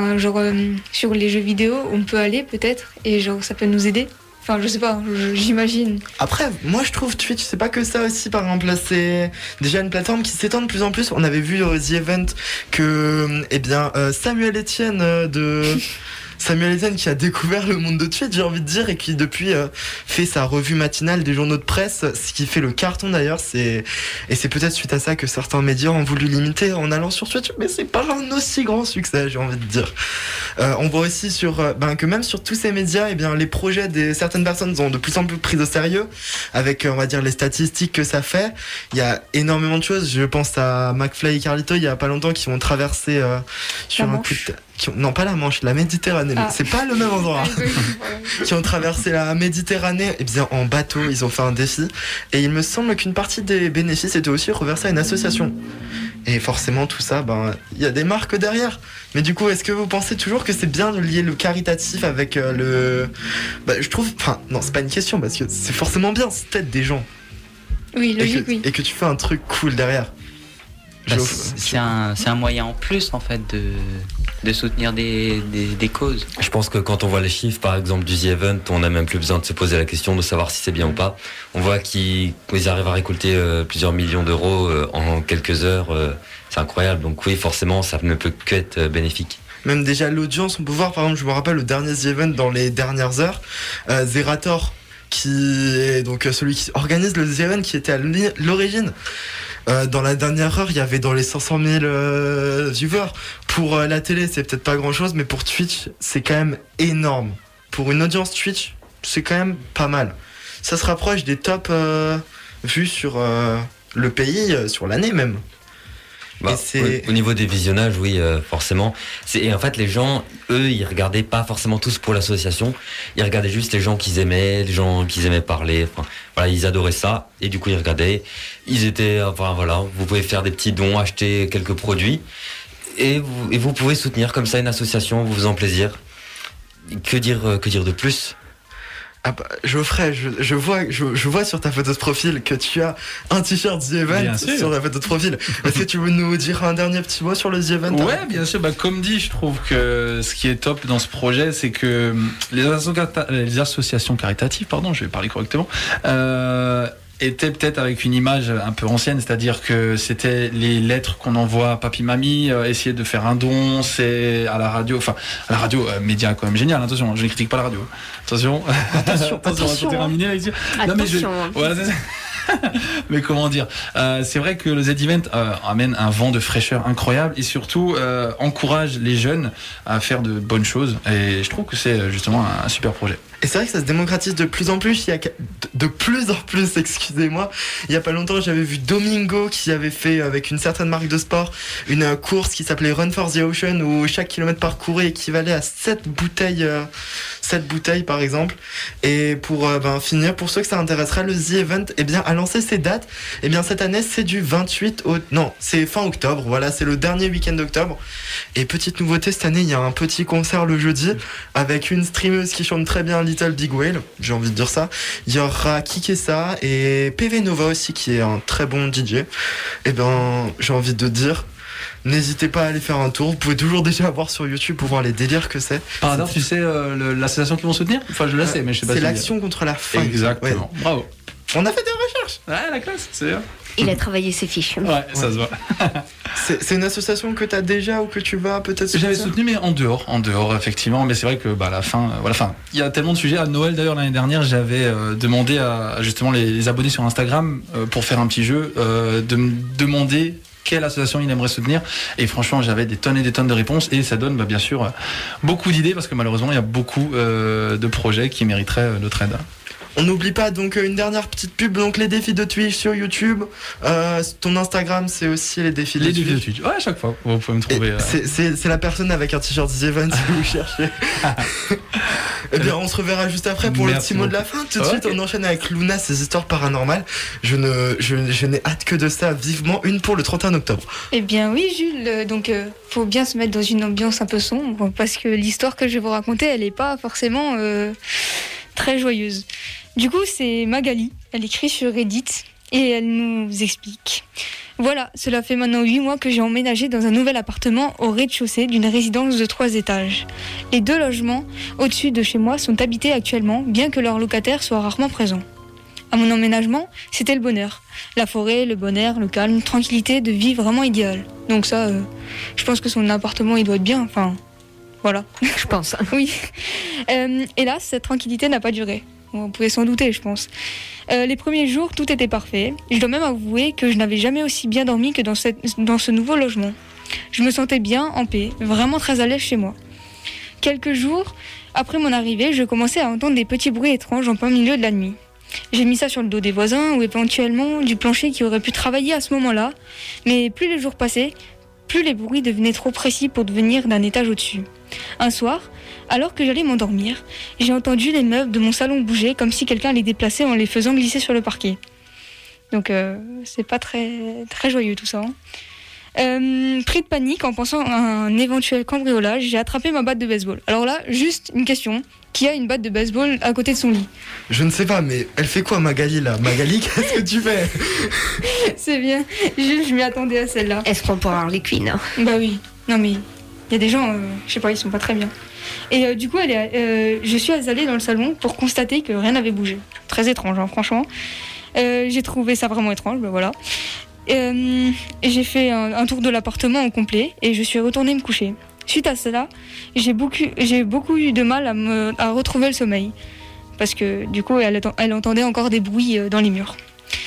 sur les jeux vidéo, on peut aller peut-être, et ça peut nous aider. Enfin, je sais pas, j'imagine. Après, moi je trouve Twitch, c'est pas que ça aussi, par exemple, là, c'est déjà une plateforme qui s'étend de plus en plus. On avait vu The Event que, Samuel Etienne qui a découvert le monde de Twitch, j'ai envie de dire, et qui depuis fait sa revue matinale des journaux de presse, ce qui fait le carton d'ailleurs. Et c'est peut-être suite à ça que certains médias ont voulu l'imiter en allant sur Twitch, mais c'est pas un aussi grand succès, j'ai envie de dire. On voit aussi que même sur tous ces médias, les projets de certaines personnes sont de plus en plus pris au sérieux, avec on va dire les statistiques que ça fait. Il y a énormément de choses. Je pense à McFly et Carlito il y a pas longtemps qui ont traversé sur un coup de non, pas la Manche, la Méditerranée. Ah. C'est pas le même endroit. Qui ont traversé la Méditerranée en bateau. Ils ont fait un défi. Et il me semble qu'une partie des bénéfices était aussi reversée à une association. Et forcément, tout ça, il y a des marques derrière. Mais du coup, est-ce que vous pensez toujours que c'est bien de lier le caritatif avec le... je trouve... Enfin, non, c'est pas une question, parce que c'est forcément bien, c'est peut-être des gens. Oui, logique, oui. Et que tu fais un truc cool derrière. C'est un moyen en plus, en fait, de soutenir des causes. Je pense que quand on voit les chiffres, par exemple, du The Event, on n'a même plus besoin de se poser la question de savoir si c'est bien ou pas. On voit qu'ils arrivent à récolter plusieurs millions d'euros en quelques heures. C'est incroyable. Donc oui, forcément, ça ne peut qu'être bénéfique. Même déjà l'audience, on peut voir, par exemple, je me rappelle le dernier The Event dans les dernières heures, Zerator, qui est donc celui qui organise le The Event, qui était à l'origine. Dans la dernière heure, il y avait dans les 500 000 viewers. Pour la télé, c'est peut-être pas grand-chose, mais pour Twitch, c'est quand même énorme. Pour une audience Twitch, c'est quand même pas mal. Ça se rapproche des tops vus sur le pays, sur l'année même. Au niveau des visionnages, oui, forcément. Et en fait, les gens, eux, ils regardaient pas forcément tous pour l'association. Ils regardaient juste les gens qu'ils aimaient, les gens qu'ils aimaient parler. Enfin, voilà, ils adoraient ça. Et du coup, ils regardaient. Ils étaient, vous pouvez faire des petits dons, acheter quelques produits. Et vous pouvez soutenir comme ça une association, vous faisant plaisir. Que dire de plus ? Geoffrey, je vois sur ta photo de profil que tu as un t-shirt The Event sur ta photo de profil. Est-ce que tu veux nous dire un dernier petit mot sur le The Event ? Ouais, bien sûr. Comme dit, je trouve que ce qui est top dans ce projet, c'est que les associations caritatives, je vais parler correctement, était peut-être avec une image un peu ancienne, c'est-à-dire que c'était les lettres qu'on envoie à papy-mamie, essayer de faire un don, c'est à la radio, média quand même génial, attention, je ne critique pas la radio. Attention. Attention. Non, mais voilà, Mais comment dire, c'est vrai que le Z-Event amène un vent de fraîcheur incroyable et surtout encourage les jeunes à faire de bonnes choses. Et je trouve que c'est justement un super projet. Et c'est vrai que ça se démocratise de plus en plus. Il y a de plus en plus, excusez-moi. Il y a pas longtemps, j'avais vu Domingo qui avait fait avec une certaine marque de sport une course qui s'appelait Run for the Ocean où chaque kilomètre parcouru équivalait à 7 bouteilles par exemple. Et pour finir, pour ceux que ça intéresserait, le The Event a lancé ses dates. Et bien cette année, c'est du 28 au... Non, c'est fin octobre. Voilà, c'est le dernier week-end d'octobre. Et petite nouveauté, cette année, il y a un petit concert le jeudi avec une streameuse qui chante très bien Little Big Whale, j'ai envie de dire ça. Il y aura Kikessa et PV Nova aussi qui est un très bon DJ. Et j'ai envie de dire, n'hésitez pas à aller faire un tour. Vous pouvez toujours déjà voir sur YouTube pour voir les délires que c'est. Par hasard, tu sais l'association qu'ils vont soutenir? Enfin, je la sais, mais je sais pas. C'est l'Action contre la faim. Exactement. Ouais. Bravo. On a fait des recherches. Ouais, la classe, c'est bien. Il a travaillé ses fiches. Ouais, ça se voit. C'est une association que tu as déjà ou que tu vas peut-être soutenir? J'avais soutenu, mais en dehors, effectivement. Mais c'est vrai que la fin, il y a tellement de sujets. À Noël, d'ailleurs, l'année dernière, j'avais demandé à justement les abonnés sur Instagram pour faire un petit jeu, de me demander quelle association il aimerait soutenir. Et franchement, j'avais des tonnes et des tonnes de réponses. Et ça donne, bien sûr, beaucoup d'idées parce que malheureusement, il y a beaucoup de projets qui mériteraient notre aide. On n'oublie pas donc une dernière petite pub, donc les défis de Twitch sur YouTube. Ton Instagram, c'est aussi les défis de Twitch. Ouais, à chaque fois, vous pouvez me trouver. C'est la personne avec un t-shirt The Event si vous cherchez. Eh bien, on se reverra juste après pour le petit mot de la fin. Tout de suite, on enchaîne avec Luna, ses histoires paranormales. Je n'ai hâte que de ça, vivement une pour le 31 octobre. Eh bien oui, Jules, donc faut bien se mettre dans une ambiance un peu sombre parce que l'histoire que je vais vous raconter, elle n'est pas forcément très joyeuse. Du coup, c'est Magali, elle écrit sur Reddit et elle nous explique. Voilà, cela fait maintenant 8 mois que j'ai emménagé dans un nouvel appartement au rez-de-chaussée d'une résidence de 3 étages. Les 2 logements au-dessus de chez moi sont habités actuellement, bien que leurs locataires soient rarement présents. À mon emménagement, c'était le bonheur. La forêt, le bon air, le calme, tranquillité de vie vraiment idéale. Donc ça, je pense que son appartement, il doit être bien, enfin... Voilà. Je pense. Oui. Hélas, cette tranquillité n'a pas duré. On pouvait s'en douter, je pense. Les premiers jours, tout était parfait. Je dois même avouer que je n'avais jamais aussi bien dormi que dans ce nouveau logement. Je me sentais bien, en paix, vraiment très à l'aise chez moi. Quelques jours après mon arrivée, je commençais à entendre des petits bruits étranges en plein milieu de la nuit. J'ai mis ça sur le dos des voisins ou éventuellement du plancher qui aurait pu travailler à ce moment-là. Mais plus les jours passaient, plus les bruits devenaient trop précis pour devenir d'un étage au-dessus. Un soir, alors que j'allais m'endormir, j'ai entendu les meubles de mon salon bouger comme si quelqu'un les déplaçait en les faisant glisser sur le parquet. Donc c'est pas très, très joyeux tout ça. Pris de panique en pensant à un éventuel cambriolage, j'ai attrapé ma batte de baseball. Alors là, juste une question. Qui a une batte de baseball à côté de son lit? Je ne sais pas, mais elle fait quoi Magali là? Magali, qu'est-ce que tu fais? C'est bien, je m'y attendais à celle-là. Est-ce qu'on pourra avoir les queens? Bah oui, non mais il y a des gens, je sais pas, ils sont pas très bien. Et du coup, je suis allée dans le salon pour constater que rien n'avait bougé. Très étrange, hein, franchement. J'ai trouvé ça vraiment étrange, ben voilà. J'ai fait un tour de l'appartement au complet et je suis retournée me coucher. Suite à cela, j'ai beaucoup eu de mal à retrouver le sommeil. Parce que du coup, elle entendait encore des bruits dans les murs.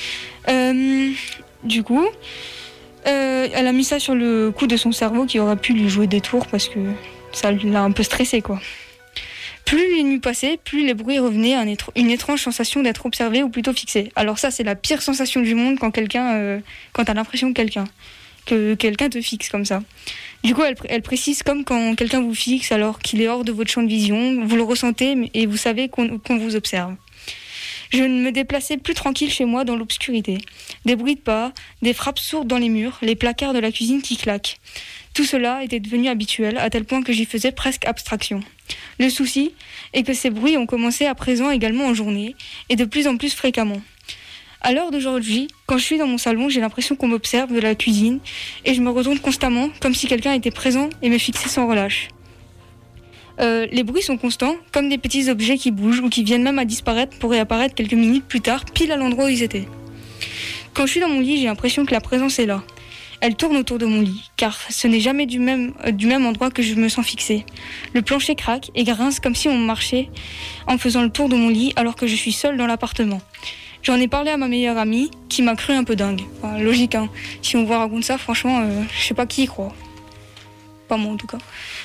Du coup, elle a mis ça sur le coup de son cerveau qui aurait pu lui jouer des tours parce que ça l'a un peu stressé, quoi. Plus les nuits passaient, plus les bruits revenaient à une étrange sensation d'être observé ou plutôt fixé. Alors ça, c'est la pire sensation du monde quand t'as l'impression que quelqu'un te fixe comme ça. Du coup, elle précise comme quand quelqu'un vous fixe alors qu'il est hors de votre champ de vision, vous le ressentez et vous savez qu'on vous observe. Je ne me déplaçais plus tranquille chez moi dans l'obscurité. Des bruits de pas, des frappes sourdes dans les murs, les placards de la cuisine qui claquent. Tout cela était devenu habituel à tel point que j'y faisais presque abstraction. Le souci est que ces bruits ont commencé à présent également en journée et de plus en plus fréquemment. À l'heure d'aujourd'hui, quand je suis dans mon salon, j'ai l'impression qu'on m'observe de la cuisine et je me retourne constamment comme si quelqu'un était présent et me fixait sans relâche. Les bruits sont constants, comme des petits objets qui bougent ou qui viennent même à disparaître pour réapparaître quelques minutes plus tard, pile à l'endroit où ils étaient. Quand je suis dans mon lit, j'ai l'impression que la présence est là. Elle tourne autour de mon lit, car ce n'est jamais du même endroit que je me sens fixée. Le plancher craque et grince comme si on marchait en faisant le tour de mon lit alors que je suis seule dans l'appartement. J'en ai parlé à ma meilleure amie qui m'a cru un peu dingue. Enfin, logique, hein. Si on vous raconte ça, franchement, je sais pas qui y croit. Pas moi en tout cas.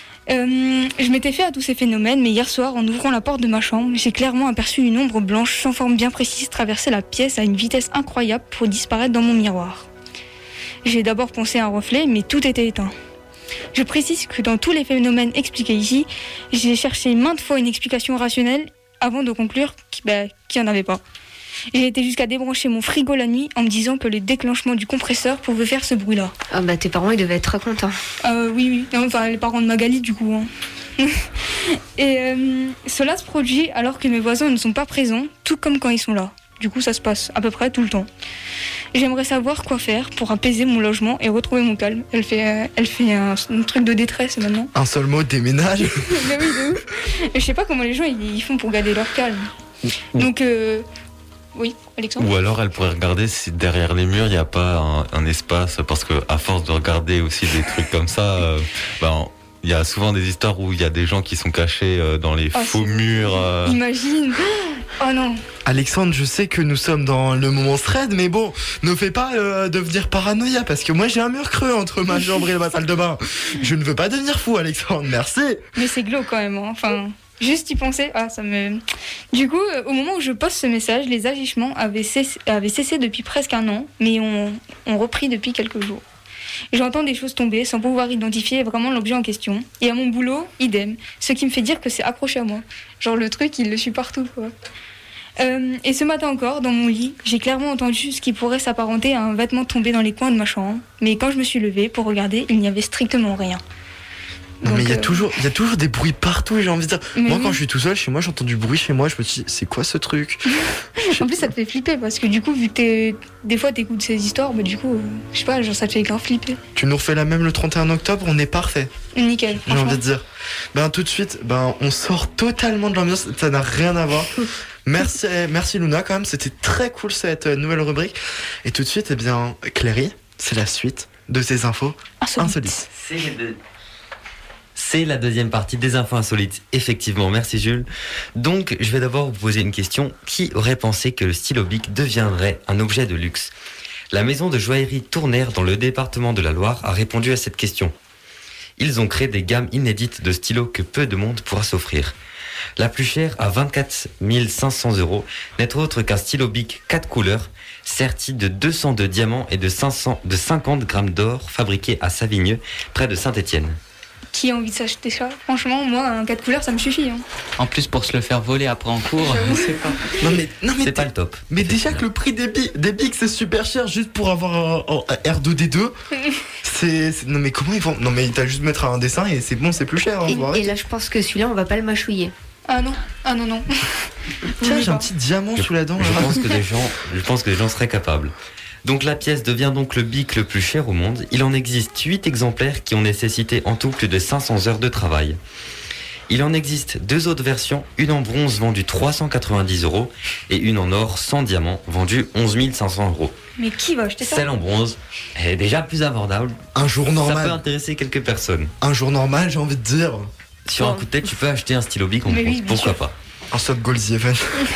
Je m'étais fait à tous ces phénomènes, mais hier soir, en ouvrant la porte de ma chambre, j'ai clairement aperçu une ombre blanche sans forme bien précise traverser la pièce à une vitesse incroyable pour disparaître dans mon miroir. J'ai d'abord pensé à un reflet, mais tout était éteint. Je précise que dans tous les phénomènes expliqués ici, j'ai cherché maintes fois une explication rationnelle avant de conclure qu'il n'y en avait pas. J'ai été jusqu'à débrancher mon frigo la nuit en me disant que le déclenchement du compresseur pouvait faire ce bruit-là. Ah bah tes parents ils devaient être très contents. Oui. Non, enfin les parents de Magali du coup. Hein. Et cela se produit alors que mes voisins ne sont pas présents, tout comme quand ils sont là. Du coup ça se passe à peu près tout le temps. J'aimerais savoir quoi faire pour apaiser mon logement et retrouver mon calme. Elle fait un truc de détresse maintenant. Un seul mot, déménage. Mais oui, de ouf. Je sais pas comment les gens ils font pour garder leur calme. Donc oui, Alexandre. Ou alors elle pourrait regarder si derrière les murs il n'y a pas un espace, parce que à force de regarder aussi des trucs comme ça, il y a souvent des histoires où il y a des gens qui sont cachés dans les faux murs. Imagine. Oh non. Alexandre, je sais que nous sommes dans le moment thread, mais bon, ne fais pas devenir paranoïa, parce que moi j'ai un mur creux entre ma chambre et ma salle de bain. Je ne veux pas devenir fou, Alexandre, merci. Mais c'est glauque quand même, hein. Enfin, juste y penser, ça me... Du coup, au moment où je poste ce message, les agissements avaient cessé depuis presque un an, mais ont repris depuis quelques jours. J'entends des choses tomber sans pouvoir identifier vraiment l'objet en question. Et à mon boulot, idem. Ce qui me fait dire que c'est accroché à moi. Genre le truc, il le suit partout, quoi. Et ce matin encore, dans mon lit, j'ai clairement entendu ce qui pourrait s'apparenter à un vêtement tombé dans les coins de ma chambre. Mais quand je me suis levée pour regarder, il n'y avait strictement rien. Non, mais il y a toujours des bruits partout, j'ai envie de dire. Moi, oui. Quand je suis tout seul chez moi, j'entends du bruit chez moi, je me dis, c'est quoi ce truc? En plus, ça te fait flipper parce que du coup, vu que des fois t'écoutes ces histoires, du coup, je sais pas, genre ça te fait grave flipper. Tu nous refais la même le 31 octobre, on est parfait. Nickel, j'ai envie de dire. Tout de suite, on sort totalement de l'ambiance, ça n'a rien à voir. Merci Luna quand même, c'était très cool cette nouvelle rubrique. Et tout de suite, Cléry, c'est la suite de ces infos insolites. C'est la deuxième partie des infos insolites. Effectivement, merci Jules. Donc, je vais d'abord vous poser une question. Qui aurait pensé que le stylo Bic deviendrait un objet de luxe? La maison de joaillerie Tournaire dans le département de la Loire a répondu à cette question. Ils ont créé des gammes inédites de stylos que peu de monde pourra s'offrir. La plus chère, à 24 500 €, n'est autre qu'un stylo Bic 4 couleurs, serti de 202 diamants et de 50 grammes d'or, fabriqué à Savigneux, près de Saint-Étienne. Qui a envie de s'acheter ça? Franchement, moi, un 4 couleurs, ça me suffit. Hein. En plus, pour se le faire voler après en cours, je sais pas. Non mais c'est pas le top. Mais déjà que le prix des bics c'est super cher juste pour avoir un R2D2. Non mais comment ils vont? Non mais t'as juste mettre un dessin et c'est bon, c'est plus cher. Hein, et là, je pense que celui-là, on va pas le mâchouiller. Ah non. Tiens, j'ai un petit diamant sous la dent. Je pense que les gens seraient capables. Donc la pièce devient donc le bic le plus cher au monde. Il en existe 8 exemplaires qui ont nécessité en tout plus de 500 heures de travail. Il en existe 2 autres versions, une en bronze vendue 390 € et une en or sans diamant vendue 11 500 €. Mais qui va acheter ça? Celle en bronze est déjà plus abordable. Un jour normal. Ça peut intéresser quelques personnes. Un jour normal, j'ai envie de dire. Sur un coup de tête, tu peux acheter un stylo Bic en bronze. Oui, pourquoi pas? Un Stop Goldieven.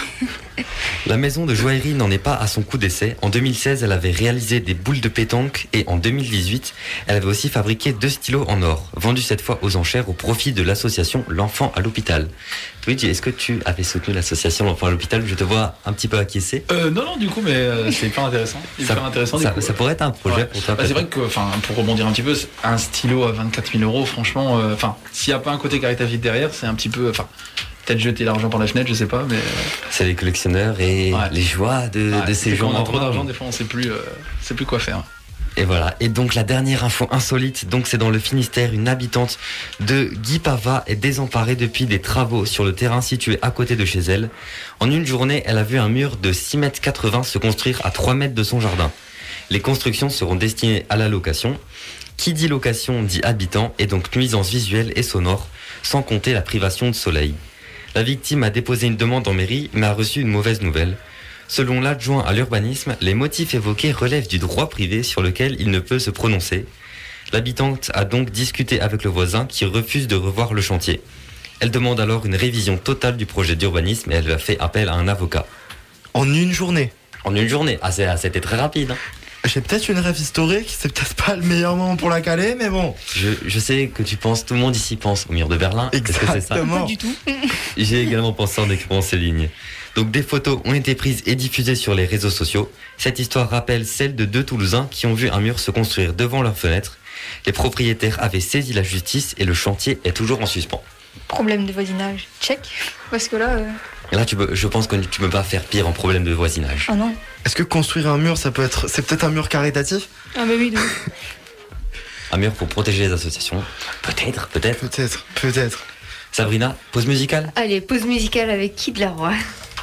La maison de joaillerie n'en est pas à son coup d'essai. En 2016, elle avait réalisé des boules de pétanque et en 2018, elle avait aussi fabriqué 2 stylos en or, vendus cette fois aux enchères au profit de l'association L'Enfant à l'hôpital. Luigi, est-ce que tu avais soutenu l'association L'Enfant à l'hôpital? Je te vois un petit peu acquiescé. Non, du coup, mais c'est hyper intéressant. Ça pourrait être un projet pour toi. C'est vrai que, pour rebondir un petit peu, un stylo à 24 000 €, franchement, s'il n'y a pas un côté caritatif derrière, c'est un petit peu, peut-être jeter l'argent par la fenêtre, je sais pas, mais... C'est les collectionneurs et les joies de ces gens. Quand on a trop d'argent, des fois, on sait plus quoi faire. Et voilà. Et donc, la dernière info insolite, donc c'est dans le Finistère, une habitante de Guipava est désemparée depuis des travaux sur le terrain situé à côté de chez elle. En une journée, elle a vu un mur de 6,80 m se construire à 3 mètres de son jardin. Les constructions seront destinées à la location. Qui dit location dit habitant et donc nuisance visuelle et sonore, sans compter la privation de soleil. La victime a déposé une demande en mairie, mais a reçu une mauvaise nouvelle. Selon l'adjoint à l'urbanisme, les motifs évoqués relèvent du droit privé sur lequel il ne peut se prononcer. L'habitante a donc discuté avec le voisin qui refuse de revoir le chantier. Elle demande alors une révision totale du projet d'urbanisme et elle a fait appel à un avocat. En une journée? En une journée. Ah, c'était très rapide. Hein. J'ai peut-être une rêve historique, c'est peut-être pas le meilleur moment pour la caler, mais bon. Je sais que tu penses, tout le monde ici pense au mur de Berlin. Exactement. Est-ce que c'est ça? Pas du tout. J'ai également pensé en décrivant ces lignes. Donc des photos ont été prises et diffusées sur les réseaux sociaux. Cette histoire rappelle celle de 2 Toulousains qui ont vu un mur se construire devant leurs fenêtres. Les propriétaires avaient saisi la justice et le chantier est toujours en suspens. Problème de voisinage, check. Parce que là... Et là, je pense que tu peux pas faire pire en problème de voisinage. Ah non. Est-ce que construire un mur, c'est peut-être un mur caritatif? Ah bah oui, de ouf. Un mur pour protéger les associations. Peut-être. Peut-être. Sabrina, pause musicale? Allez, pause musicale avec Kid Laroi.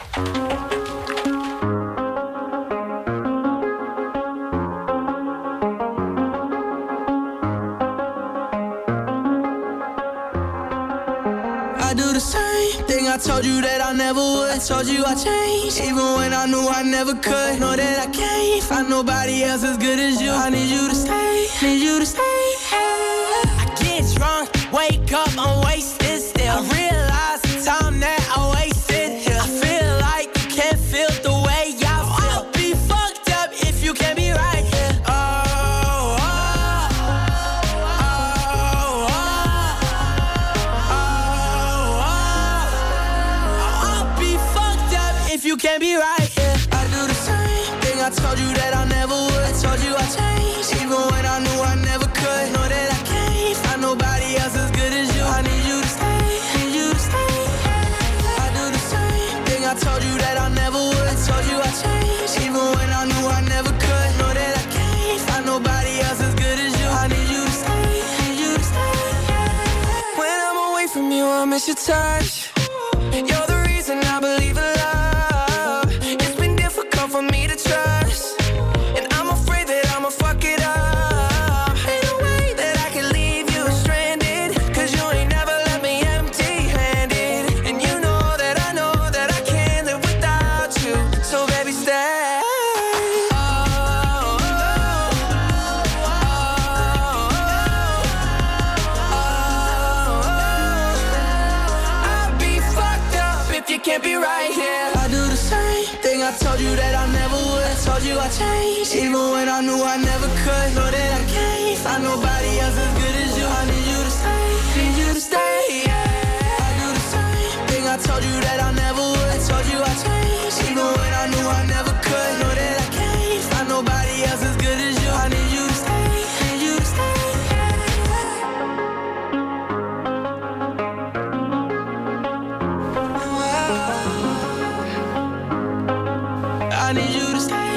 I do the same thing I told you that I never would. I told you I changed, even when I knew I never could. Know that I can't find nobody else as good as you. I need you to stay, I get drunk, wake up, I'm wasted still. I realize the time that I wasted here. I feel like you can't feel the way I feel. I'll be fucked up if you can't be right here. If you can't be right, yeah. I do the same thing I told you that I never would. I told you I changed, even when I knew I never could. Know that I can't find nobody else as good as you. I need you to stay, I do the same thing I told you that I never would. I told you I changed, even when I knew I never could. Know that I can't find nobody else as good as you. I need you to stay, When I'm away from you, I miss your touch. You're the reason I believe in love. For me to trust, and I'm afraid that I'ma fuck it up. Ain't no way that I can leave you stranded, cause you ain't never left me empty-handed. And you know that I can't live without you. So baby stay. I'll be fucked up if you can't be right here. I do the same thing I told you that I never would. I told you I changed, even when I knew I never could. Know that I can't find nobody else as good as you. I need you to stay, yeah. I do the same thing I told you that I never would. I told you I changed, even when I knew I never could. Know that I can't find nobody else as good as you. I need you to stay, I need you to stay.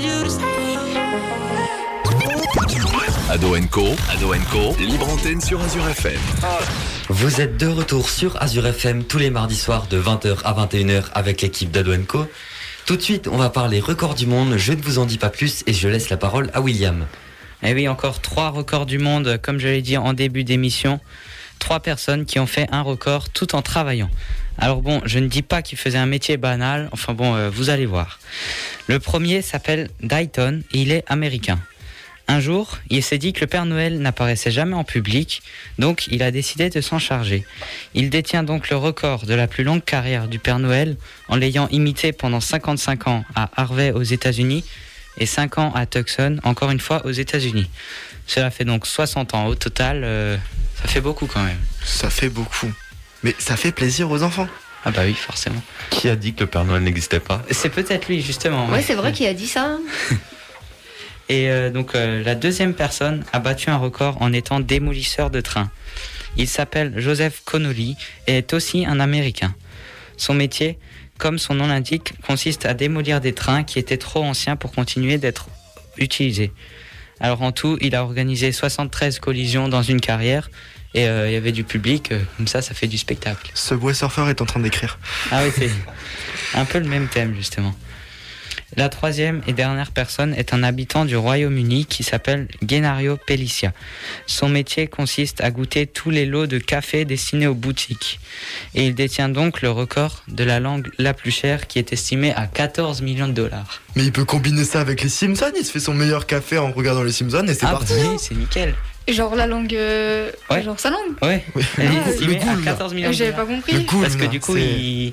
Ado & Co, libre antenne sur Azure FM. Vous êtes de retour sur Azure FM tous les mardis soirs de 20h à 21h avec l'équipe d'Ado & Co. Tout de suite, on va parler records du monde. Je ne vous en dis pas plus et je laisse la parole à William. Et oui, encore 3 records du monde, comme je l'ai dit en début d'émission. 3 personnes qui ont fait un record tout en travaillant. Alors bon, je ne dis pas qu'ils faisaient un métier banal, enfin bon, vous allez voir. Le premier s'appelle Dayton et il est américain. Un jour, il s'est dit que le Père Noël n'apparaissait jamais en public, donc il a décidé de s'en charger. Il détient donc le record de la plus longue carrière du Père Noël en l'ayant imité pendant 55 ans à Harvey aux États-Unis et 5 ans à Tucson, encore une fois aux États-Unis. Cela fait donc 60 ans au total, ça fait beaucoup quand même. Ça fait beaucoup. Mais ça fait plaisir aux enfants. Ah bah oui, forcément. Qui a dit que le Père Noël n'existait pas? C'est peut-être lui, justement. Ouais, c'est vrai qu'il a dit ça. Et donc la deuxième personne a battu un record en étant démolisseur de trains. Il s'appelle Joseph Connolly et est aussi un Américain. Son métier, comme son nom l'indique, consiste à démolir des trains qui étaient trop anciens pour continuer d'être utilisés. Alors en tout, il a organisé 73 collisions dans une carrière et il y avait du public, comme ça fait du spectacle. Subway Surfer est en train d'écrire. Ah oui, c'est un peu le même thème justement. La troisième et dernière personne est un habitant du Royaume-Uni qui s'appelle Genario Pellicia. Son métier consiste à goûter tous les lots de café destinés aux boutiques. Et il détient donc le record de la langue la plus chère qui est estimée à 14 millions de dollars. Mais il peut combiner ça avec les Simpsons, il se fait son meilleur café en regardant les Simpsons et c'est parti. Bah oui, c'est nickel. Genre la langue... Genre sa langue. Ouais, elle est estimée à 14 millions de dollars. J'avais pas compris. Le goût, parce que du coup,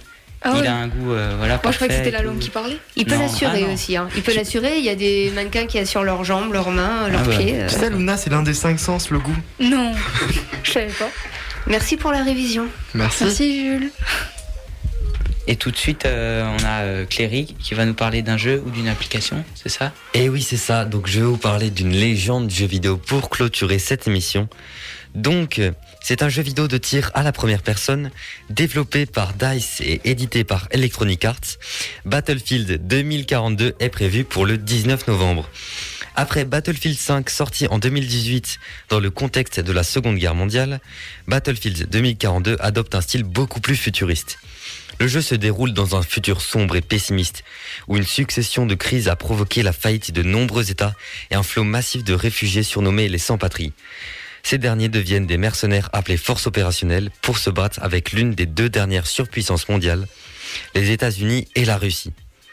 Ah Il ouais. a un goût, voilà, Moi, je croyais que parfait c'était et la tout. langue qui parlait. Il peut Non, l'assurer ah non. aussi. Hein. Il peut l'assurer. Il y a des mannequins qui assurent leurs jambes, leurs mains, leurs Ah ouais. pieds. Tu sais, Luna, c'est l'un des 5 sens, le goût. Non, je savais pas. Merci pour la révision. Merci. Merci Jules. Et tout de suite, on a Cléry qui va nous parler d'un jeu ou d'une application, c'est ça? Et oui, c'est ça. Donc, je vais vous parler d'une légende du jeu vidéo pour clôturer cette émission. Donc, c'est un jeu vidéo de tir à la première personne, développé par DICE et édité par Electronic Arts. Battlefield 2042 est prévu pour le 19 novembre. Après Battlefield 5 sorti en 2018 dans le contexte de la Seconde Guerre mondiale, Battlefield 2042 adopte un style beaucoup plus futuriste. Le jeu se déroule dans un futur sombre et pessimiste, où une succession de crises a provoqué la faillite de nombreux États et un flot massif de réfugiés surnommés les sans-patries. Ces derniers deviennent des mercenaires appelés forces opérationnelles pour se battre avec l'une des 2 dernières surpuissances mondiales, les États-Unis et la Russie.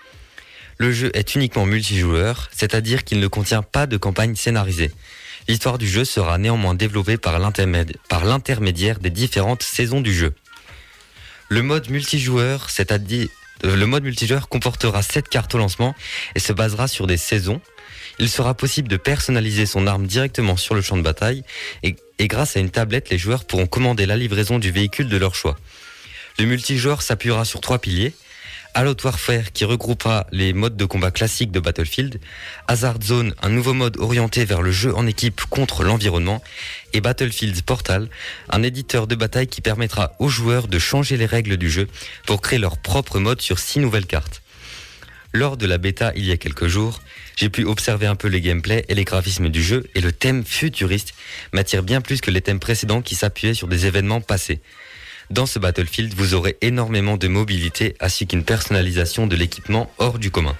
Le jeu est uniquement multijoueur, c'est-à-dire qu'il ne contient pas de campagne scénarisée. L'histoire du jeu sera néanmoins développée par l'intermédiaire des différentes saisons du jeu. Le mode multijoueur, le mode multijoueur comportera 7 cartes au lancement et se basera sur des saisons. Il sera possible de personnaliser son arme directement sur le champ de bataille et grâce à une tablette, les joueurs pourront commander la livraison du véhicule de leur choix. Le multijoueur s'appuiera sur 3 piliers. Halo Warfare qui regroupera les modes de combat classiques de Battlefield, Hazard Zone, un nouveau mode orienté vers le jeu en équipe contre l'environnement, et Battlefield Portal, un éditeur de bataille qui permettra aux joueurs de changer les règles du jeu pour créer leur propre mode sur 6 nouvelles cartes. Lors de la bêta il y a quelques jours, j'ai pu observer un peu les gameplays et les graphismes du jeu et le thème futuriste m'attire bien plus que les thèmes précédents qui s'appuyaient sur des événements passés. Dans ce Battlefield, vous aurez énormément de mobilité ainsi qu'une personnalisation de l'équipement hors du commun.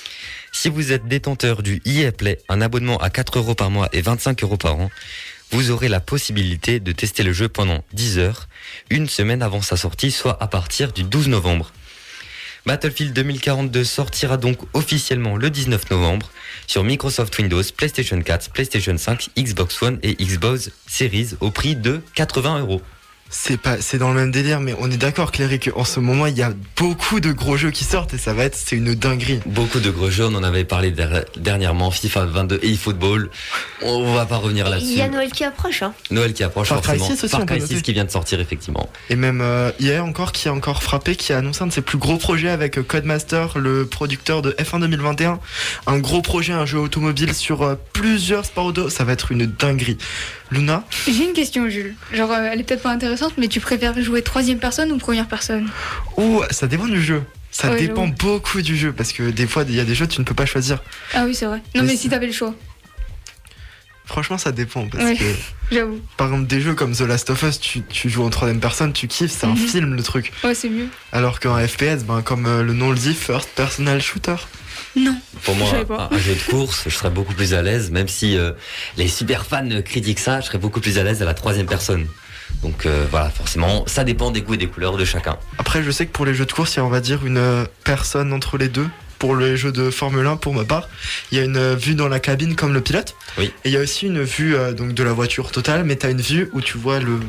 Si vous êtes détenteur du EA Play, un abonnement à 4 € par mois et 25 € par an, vous aurez la possibilité de tester le jeu pendant 10 heures, une semaine avant sa sortie, soit à partir du 12 novembre. Battlefield 2042 sortira donc officiellement le 19 novembre sur Microsoft Windows, PlayStation 4, PlayStation 5, Xbox One et Xbox Series au prix de 80 €. C'est dans le même délire, mais on est d'accord, Cléry, qu'en ce moment, il y a beaucoup de gros jeux qui sortent et c'est une dinguerie. Beaucoup de gros jeux, on en avait parlé dernièrement, FIFA 22 et eFootball. On va pas revenir là-dessus. Il y a Noël qui approche. Hein. Noël qui approche, Far Cry forcément. 6 aussi, Far on peut Cry noter. 6 qui vient de sortir, effectivement. Et même hier encore, qui a encore frappé, qui a annoncé un de ses plus gros projets avec Codemaster, le producteur de F1 2021. Un gros projet, un jeu automobile sur plusieurs sports auto. Ça va être une dinguerie. Luna? J'ai une question, Jules. Genre, elle est peut-être pas intéressante, mais tu préfères jouer 3e personne ou première personne? Ouh, ça dépend du jeu. Ça Ouais, dépend j'avoue. beaucoup du jeu, parce que des fois, il y a des jeux, tu ne peux pas choisir. Ah oui, c'est vrai. Non, Mais mais c'est- si t'avais le choix. Franchement, ça dépend, parce Ouais. que, J'avoue. par exemple, des jeux comme The Last of Us, tu joues en 3ème personne, tu kiffes, c'est un Mhm. film, le truc. Ouais, c'est mieux. Alors qu'un FPS, comme le nom le dit, First Personal Shooter. Non. Pour moi, Je savais pas. un jeu de course, je serais beaucoup plus à l'aise, même si les super fans critiquent ça, je serais beaucoup plus à l'aise à la 3e personne. Donc voilà, forcément, ça dépend des goûts et des couleurs de chacun. Après, je sais que pour les jeux de course, il y a, on va dire, une personne entre les deux. Pour les jeux de Formule 1, pour ma part, il y a une vue dans la cabine comme le pilote. Oui. Et il y a aussi une vue donc de la voiture totale, mais tu as une vue où tu vois le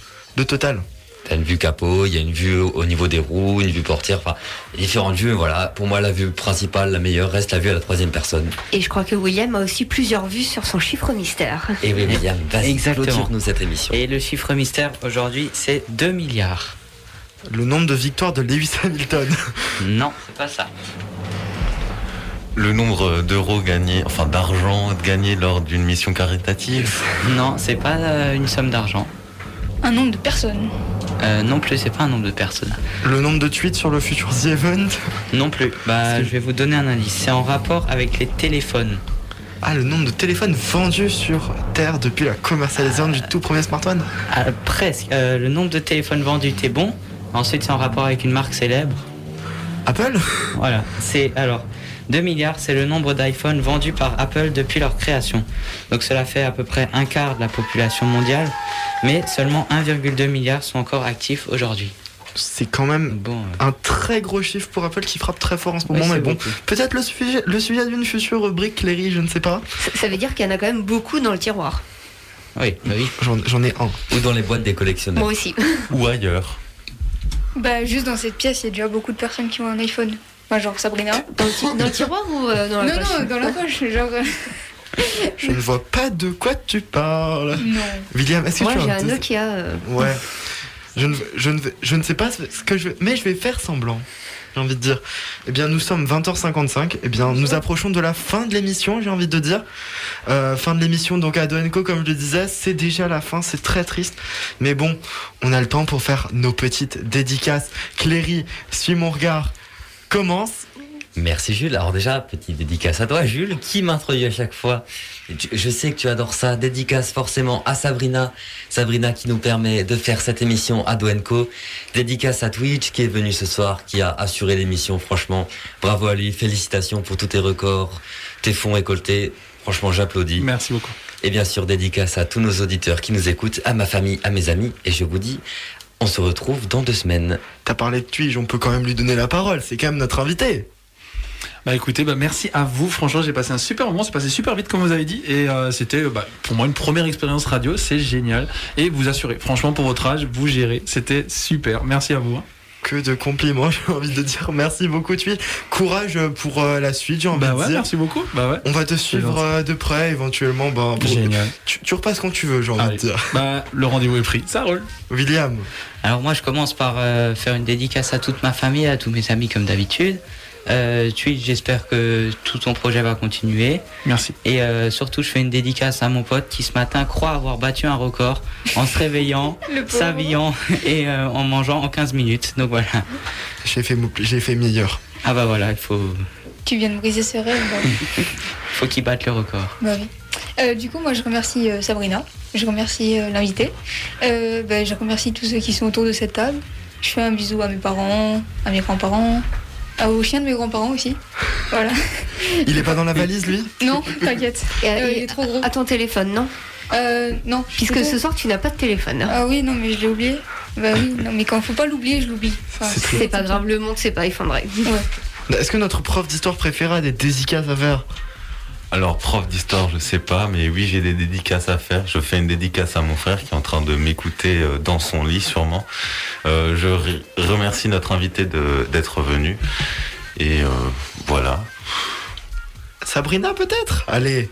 total. T'as une vue capot, il y a une vue au niveau des roues, une vue portière, enfin, différentes vues, voilà. Pour moi, la vue principale, la meilleure, reste la vue à la 3e personne. Et je crois que William a aussi plusieurs vues sur son chiffre mystère. Et oui, William, vas-y, Exactement. clôture-nous cette émission. Et le chiffre mystère aujourd'hui, c'est 2 milliards. Le nombre de victoires de Lewis Hamilton. Non, c'est pas ça. Le nombre d'euros gagnés, enfin d'argent gagné lors d'une mission caritative. Non, c'est pas une somme d'argent. Un nombre de personnes. Non plus, c'est pas un nombre de personnes. Le nombre de tweets sur le futur The Event. Non plus. Bah, je vais vous donner un indice. C'est en rapport avec les téléphones. Ah, le nombre de téléphones vendus sur Terre depuis la commercialisation du tout premier smartphone. Ah, presque. Le nombre de téléphones vendus, t'es bon. Ensuite, c'est en rapport avec une marque célèbre. Apple. Voilà. C'est alors 2 milliards, c'est le nombre d'iPhone vendus par Apple depuis leur création. Donc cela fait à peu près un quart de la population mondiale, mais seulement 1,2 milliard sont encore actifs aujourd'hui. C'est quand même Bon, un très gros chiffre pour Apple qui frappe très fort en ce ouais, moment. c'est Mais bon, beaucoup. peut-être le sujet d'une future rubrique, Cléry, je ne sais pas. Ça veut dire qu'il y en a quand même beaucoup dans le tiroir. Oui, bah oui. J'en ai un. Ou dans les boîtes des collectionneurs. Moi aussi. Ou ailleurs. Bah, juste dans cette pièce, il y a déjà beaucoup de personnes qui ont un iPhone. Enfin, genre Sabrina. Dans le tiroir ou dans la poche? Non, dans la poche. Genre. Je ne vois pas de quoi tu parles. Non. William, est-ce que Moi, tu as j'ai un un Nokia. Ouais. Je ne sais pas ce que je veux, mais je vais faire semblant. J'ai envie de dire. Eh bien, nous sommes 20h55. Eh bien, nous approchons de la fin de l'émission, j'ai envie de dire. Fin de l'émission, donc à Ado & Co, comme je le disais, c'est déjà la fin, c'est très triste. Mais bon, on a le temps pour faire nos petites dédicaces. Cléry, suis mon regard, commence. Merci Jules. Alors déjà, petite dédicace à toi Jules, qui m'introduit à chaque fois. Je sais que tu adores ça. Dédicace forcément à Sabrina. Sabrina qui nous permet de faire cette émission Ado & Co. Dédicace à Twitch qui est venu ce soir, qui a assuré l'émission. Franchement, bravo à lui. Félicitations pour tous tes records, tes fonds récoltés. Franchement, j'applaudis. Merci beaucoup. Et bien sûr, dédicace à tous nos auditeurs qui nous écoutent, à ma famille, à mes amis. Et je vous dis, on se retrouve dans 2 semaines. T'as parlé de Twitch, on peut quand même lui donner la parole. C'est quand même notre invité. Bah écoutez, merci à vous. Franchement, j'ai passé un super moment. C'est passé super vite, comme vous avez dit. Et c'était pour moi une première expérience radio. C'est génial. Et vous assurez, franchement, pour votre âge, vous gérez. C'était super. Merci à vous. Que de compliments, j'ai envie de dire. Merci beaucoup, Twitch. Courage pour la suite, j'ai envie de dire. Merci beaucoup. On va te suivre de près, éventuellement. Génial. Tu repasses quand tu veux, j'ai envie de dire. Le rendez-vous est pris. Ça roule. William. Alors moi, je commence par faire une dédicace à toute ma famille, à tous mes amis comme d'habitude. Twitch, j'espère que tout ton projet va continuer. Merci. Et surtout, je fais une dédicace à mon pote qui ce matin croit avoir battu un record en se réveillant, s'habillant et en mangeant en 15 minutes. Donc voilà. J'ai fait meilleur. Ah bah voilà, il faut... Tu viens de briser ses rêves. faut qu'il batte le record. Bah oui. Du coup, moi, je remercie Sabrina. Je remercie l'invité. Je remercie tous ceux qui sont autour de cette table. Je fais un bisou à mes parents, à mes grands-parents. Au chien de mes grands-parents aussi. Voilà. Il est pas dans la valise, lui? Non, t'inquiète. Il est trop gros. À ton téléphone, non? Non. Puisque ce soir, tu n'as pas de téléphone. Hein. Ah oui, non, mais je l'ai oublié. Bah oui, non, mais quand faut pas l'oublier, je l'oublie. Enfin, c'est pas grave, le monde sait pas effondré. Ouais. Est-ce que notre prof d'histoire préféré a des dédicaces à faire? Alors, prof d'histoire, je sais pas, mais oui, j'ai des dédicaces à faire. Je fais une dédicace à mon frère qui est en train de m'écouter dans son lit, sûrement. Je remercie notre invité d'être venu. Et voilà. Sabrina, peut-être? Allez.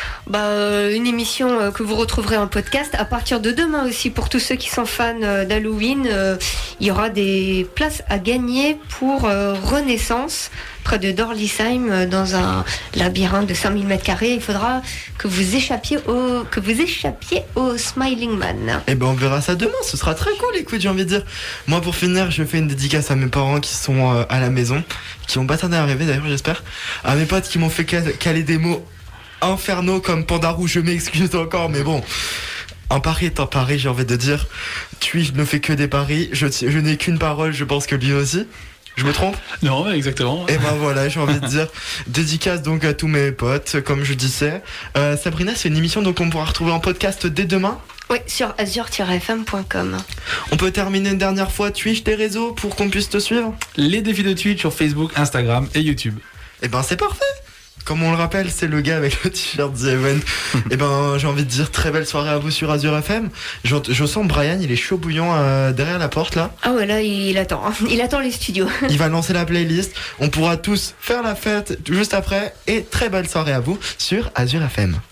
Une émission que vous retrouverez en podcast à partir de demain aussi pour tous ceux qui sont fans d'Halloween. Il y aura des places à gagner pour Renaissance près de Dorlisheim dans un labyrinthe de 5000 m². Il faudra que vous échappiez au Smiling Man. Eh ben on verra ça demain, ce sera très cool. Écoute, j'ai envie de dire, moi pour finir, je fais une dédicace à mes parents qui sont à la maison, qui ont pas tardé à arriver d'ailleurs, j'espère. À mes potes qui m'ont fait caler des mots infernaux comme Pandarou, je m'excuse encore, mais bon, un pari est un pari, j'ai envie de dire. Twitch ne fait que des paris, je n'ai qu'une parole, je pense que lui aussi. Je me trompe? Non, exactement. Et ben voilà, j'ai envie de dire, dédicace donc à tous mes potes, comme je disais. Sabrina, c'est une émission donc on pourra retrouver en podcast dès demain. Oui, sur azur-fm.com. On peut terminer une dernière fois Twitch, tes réseaux, pour qu'on puisse te suivre? Les défis de Twitch sur Facebook, Instagram et YouTube. Et ben c'est parfait. Comme on le rappelle, c'est le gars avec le t-shirt The Event. Et ben j'ai envie de dire très belle soirée à vous sur Azur FM. Je sens Brian, il est chaud bouillant derrière la porte là. Ah ouais, là il attend, hein. Il attend les studios. Il va lancer la playlist. On pourra tous faire la fête juste après. Et très belle soirée à vous sur Azur FM.